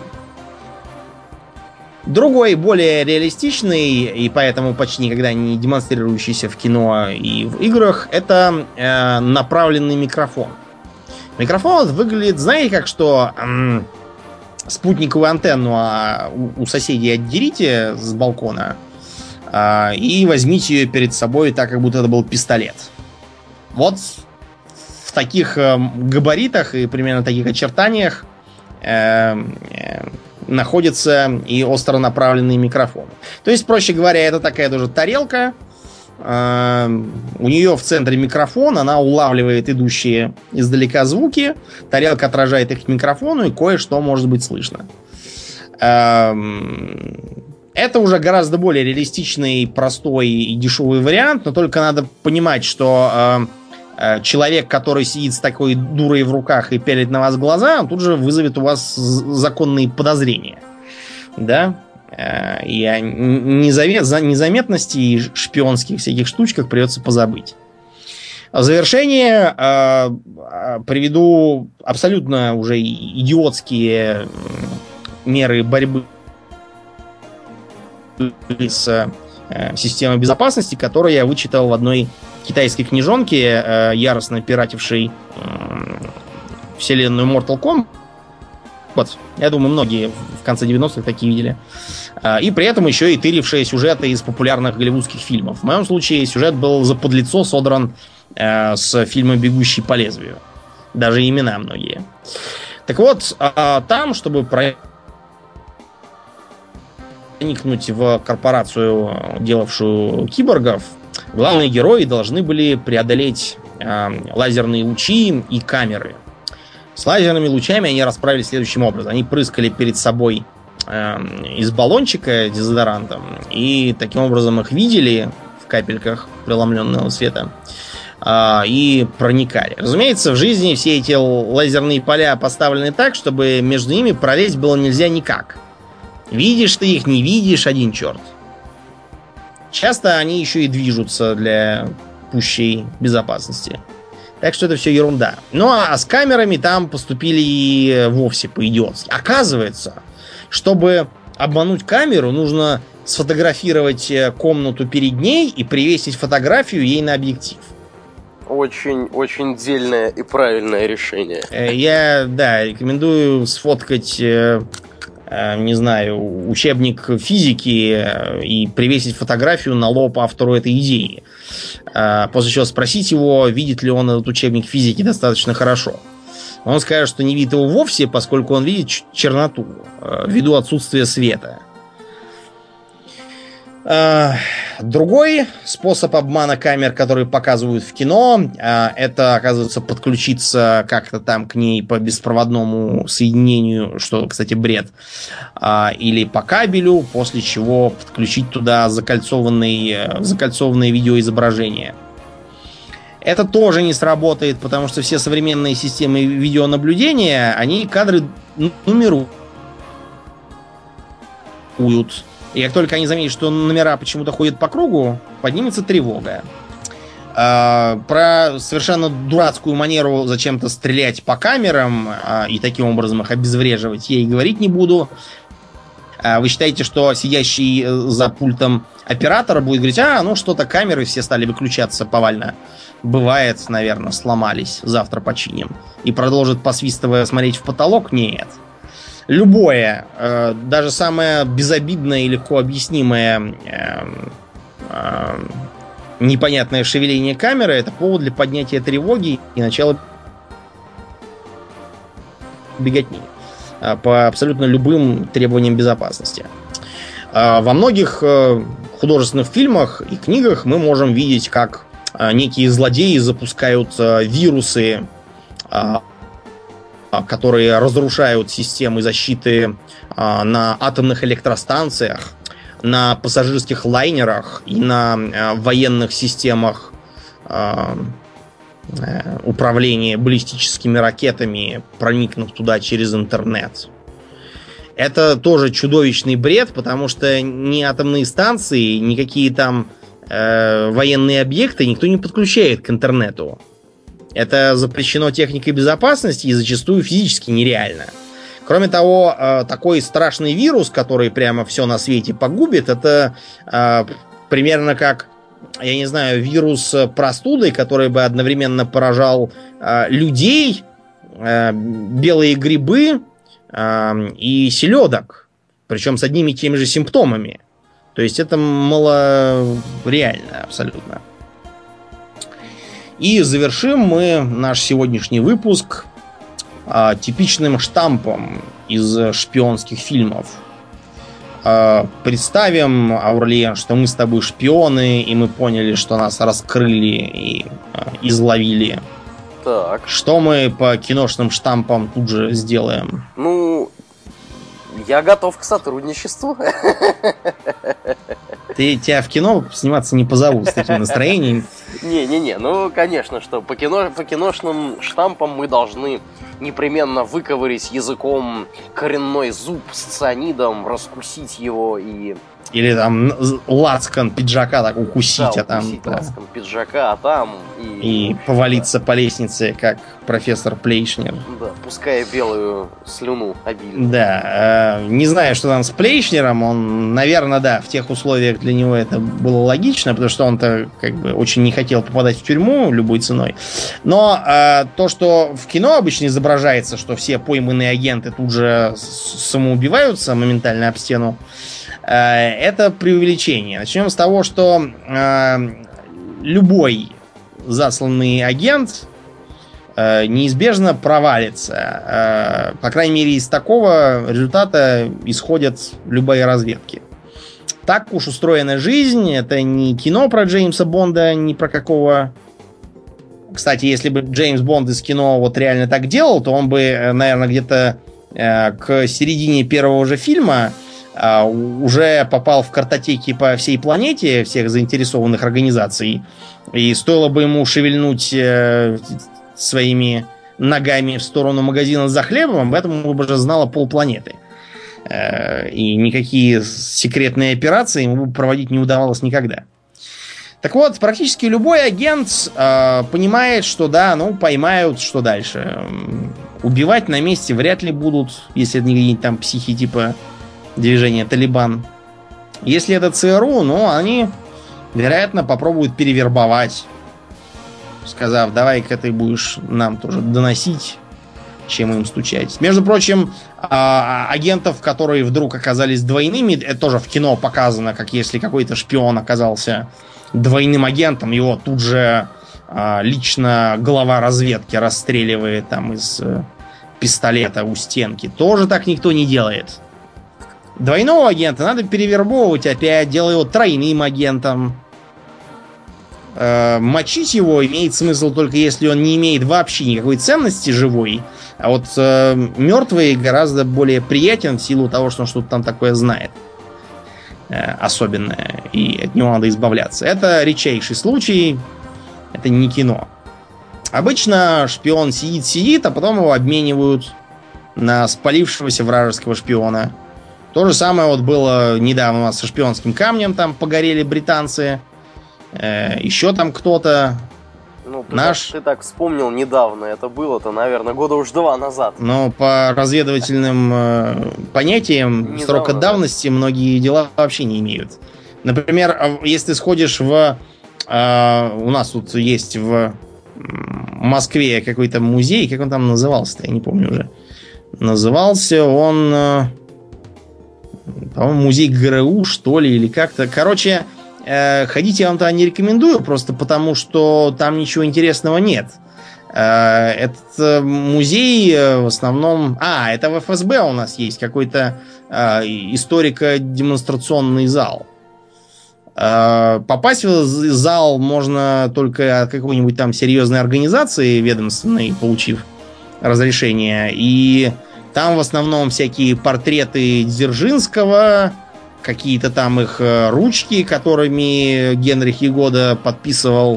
Другой, более реалистичный и поэтому почти никогда не демонстрирующийся в кино и в играх, это направленный микрофон. Микрофон выглядит, знаете, как что спутниковую антенну у соседей отдерите с балкона и возьмите ее перед собой так, как будто это был пистолет. Вот в таких габаритах и примерно таких очертаниях находится и остронаправленный микрофон. То есть, проще говоря, это такая тоже тарелка. У нее в центре микрофон, она улавливает идущие издалека звуки. Тарелка отражает их к микрофону, и кое-что может быть слышно. Это уже гораздо более реалистичный, простой и дешевый вариант, но только надо понимать, что человек, который сидит с такой дурой в руках и пялит на вас глаза, он тут же вызовет у вас законные подозрения. Да? И о незаметности и шпионских всяких штучках придется позабыть. В завершение приведу абсолютно уже идиотские меры борьбы с системой безопасности, которые я вычитал в одной китайской книжонке, яростно пиратившей вселенную Mortal Kombat. Я думаю, многие в конце 90-х такие видели. И при этом еще и тырившие сюжеты из популярных голливудских фильмов. В моем случае сюжет был заподлицо содран с фильма «Бегущий по лезвию». Даже имена многие. Так вот, там, чтобы проникнуть в корпорацию, делавшую киборгов, главные герои должны были преодолеть лазерные лучи и камеры. С лазерными лучами они расправились следующим образом. Они прыскали перед собой из баллончика дезодорантом, и таким образом их видели в капельках преломленного света и проникали. Разумеется, в жизни все эти лазерные поля поставлены так, чтобы между ними пролезть было нельзя никак. Видишь ты их, не видишь, один черт. Часто они еще и движутся для пущей безопасности. Так что это все ерунда. Ну а с камерами там поступили и вовсе по-идиотски. Оказывается, чтобы обмануть камеру, нужно сфотографировать комнату перед ней и привесить фотографию ей на объектив. Очень дельное и правильное решение. Я, рекомендую сфоткать, не знаю, учебник физики и привесить фотографию на лоб автору этой идеи. После чего спросить его, видит ли он этот учебник физики достаточно хорошо. Он скажет, что не видит его вовсе, поскольку он видит черноту ввиду отсутствия света. Другой способ обмана камер, который показывают в кино, это, оказывается, подключиться как-то там к ней по беспроводному соединению, что, кстати, бред, или по кабелю, после чего подключить туда закольцованное видеоизображение. Это тоже не сработает, потому что все современные системы видеонаблюдения, они кадры нумеруют. И как только они заметят, что номера почему-то ходят по кругу, поднимется тревога. Про совершенно дурацкую манеру зачем-то стрелять по камерам и таким образом их обезвреживать я и говорить не буду. Вы считаете, что сидящий за пультом оператора будет говорить: что-то камеры все стали выключаться повально. Бывает, наверное, сломались, завтра починим. И продолжит, посвистывая, смотреть в потолок? Нет. Любое, даже самое безобидное и легко объяснимое непонятное шевеление камеры — это повод для поднятия тревоги и начала беготни по абсолютно любым требованиям безопасности. Во многих художественных фильмах и книгах мы можем видеть, как некие злодеи запускают вирусы, которые разрушают системы защиты на атомных электростанциях, на пассажирских лайнерах и на военных системах управления баллистическими ракетами, проникнув туда через интернет. Это тоже чудовищный бред, потому что ни атомные станции, никакие там военные объекты никто не подключает к интернету. Это запрещено техникой безопасности и зачастую физически нереально. Кроме того, такой страшный вирус, который прямо все на свете погубит, это примерно как, я не знаю, вирус простуды, который бы одновременно поражал людей, белые грибы, и селедок. Причем с одними и теми же симптомами. То есть это малореально абсолютно. И завершим мы наш сегодняшний выпуск типичным штампом из шпионских фильмов. Представим, Аурлиен, что мы с тобой шпионы, и мы поняли, что нас раскрыли и изловили. Так. Что мы по киношным штампам тут же сделаем? Ну, я готов к сотрудничеству. Тебя в кино сниматься не позовут с таким настроением. Не-не-не, ну, конечно, что по киношным штампам мы должны непременно выковырить языком коренной зуб с цианидом, раскусить его и... Или там лацкан пиджака так укусить, да, а там... укусить лацкан пиджака, а там... И повалиться по лестнице, как профессор Плейшнер. Да, пуская белую слюну обильно. Да, не знаю, что там с Плейшнером, он, наверное, да, в тех условиях для него это было логично, потому что он-то как бы очень не хотел попадать в тюрьму любой ценой. Но то, что в кино обычно изображается, что все пойманные агенты тут же самоубиваются моментально об стену, это преувеличение. Начнем с того, что любой засланный агент неизбежно провалится. По крайней мере, из такого результата исходят любые разведки. Так уж устроена жизнь. Это не кино про Джеймса Бонда, ни про какого... Кстати, если бы Джеймс Бонд из кино вот реально так делал, то он бы, наверное, где-то к середине первого же фильма уже попал в картотеки по всей планете всех заинтересованных организаций. И стоило бы ему шевельнуть своими ногами в сторону магазина за хлебом, об этом уже знала полпланеты. И никакие секретные операции ему проводить не удавалось никогда. Так вот, практически любой агент понимает, что да, ну, поймают, что дальше. Убивать на месте вряд ли будут, если это не какие-нибудь там психи типа движения Талибан. Если это ЦРУ, ну, они, вероятно, попробуют перевербовать, сказав, давай-ка ты будешь нам тоже доносить, чем им стучать. Между прочим, агентов, которые вдруг оказались двойными, это тоже в кино показано, как если какой-то шпион оказался двойным агентом, его тут же лично глава разведки расстреливает там из пистолета у стенки. Тоже так никто не делает. Двойного агента надо перевербовывать опять, делая его тройным агентом. Мочить его имеет смысл только если он не имеет вообще никакой ценности живой. А вот мертвый гораздо более приятен в силу того, что он что-то там такое знает. Особенное. И от него надо избавляться. Это редчайший случай. Это не кино. Обычно шпион сидит, а потом его обменивают на спалившегося вражеского шпиона. То же самое вот было недавно у нас со шпионским камнем. Там погорели британцы. Еще там кто-то. Ну, ты так вспомнил недавно. Это было-то, наверное, года уж 2 назад. Но по разведывательным понятиям недавно, срока давности многие дела вообще не имеют. Например, если ты сходишь в... у нас тут есть в Москве какой-то музей. Как он там назывался-то? Я не помню уже. Назывался он... по-моему, музей ГРУ, что ли, или как-то. Короче, ходить я вам туда не рекомендую, просто потому, что там ничего интересного нет. Этот музей в основном... это в ФСБ у нас есть какой-то историко-демонстрационный зал. Попасть в зал можно только от какой-нибудь там серьезной организации ведомственной, получив разрешение. И там в основном всякие портреты Дзержинского, какие-то там их ручки, которыми Генрих Егода подписывал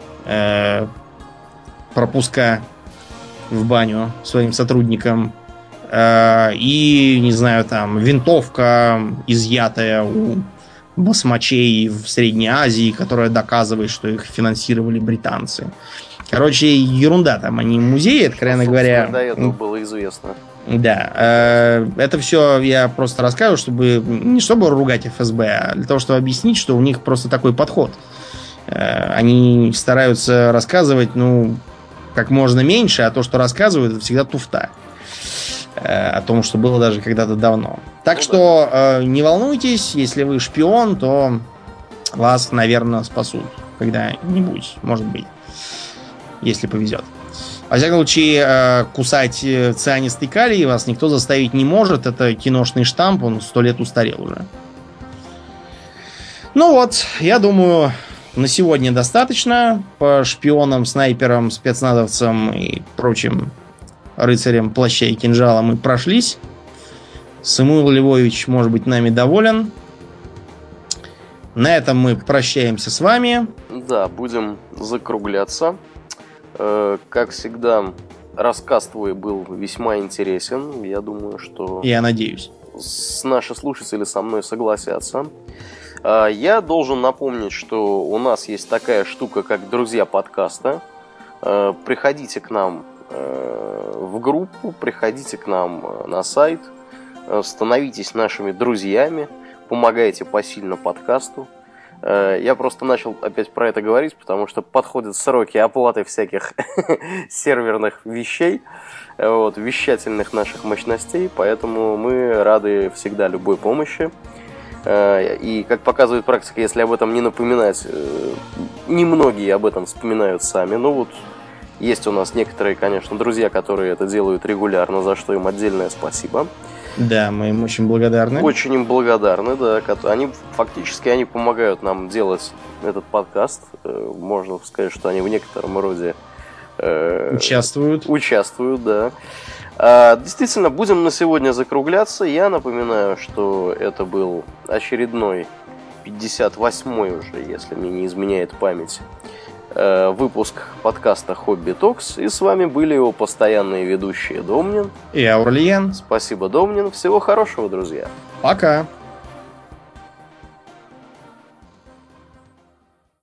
пропуска в баню своим сотрудникам. И, не знаю, там винтовка, изъятая у басмачей в Средней Азии, которая доказывает, что их финансировали британцы. Короче, ерунда там, они музеи, откровенно говоря. До этого было известно. Да, это все я просто рассказываю, чтобы не чтобы ругать ФСБ, а для того, чтобы объяснить, что у них просто такой подход. Они стараются рассказывать, как можно меньше, а то, что рассказывают, это всегда туфта. о том, что было даже когда-то давно. Так что не волнуйтесь, если вы шпион, то вас, наверное, спасут когда-нибудь, может быть, если повезет. Во всяком случае, кусать цианистый калий вас никто заставить не может. Это киношный штамп, он 100 лет устарел уже. Ну вот, я думаю, на сегодня достаточно. По шпионам, снайперам, спецназовцам и прочим рыцарям плаща и кинжала мы прошлись. Самуил Львович, может быть, нами доволен. На этом мы прощаемся с вами. Да, будем закругляться. Как всегда, рассказ твой был весьма интересен. Я думаю, что... Я надеюсь. Наши слушатели со мной согласятся. Я должен напомнить, что у нас есть такая штука, как друзья подкаста. Приходите к нам в группу, приходите к нам на сайт, становитесь нашими друзьями, помогайте посильно подкасту. Я просто начал опять про это говорить, потому что подходят сроки оплаты всяких серверных вещей, вещательных наших мощностей, поэтому мы рады всегда любой помощи. И, как показывает практика, если об этом не напоминать, немногие об этом вспоминают сами. Ну вот, есть у нас некоторые, конечно, друзья, которые это делают регулярно, за что им отдельное спасибо. Да, мы им очень благодарны. Очень им благодарны, да. Они помогают нам делать этот подкаст. Можно сказать, что они в некотором роде участвуют. Участвуют, да. Действительно, будем на сегодня закругляться. Я напоминаю, что это был очередной 58-й уже, если мне не изменяет память, выпуск подкаста Hobby Talks. И с вами были его постоянные ведущие Домнин и Аурлиен. Спасибо, Домнин. Всего хорошего, друзья. Пока.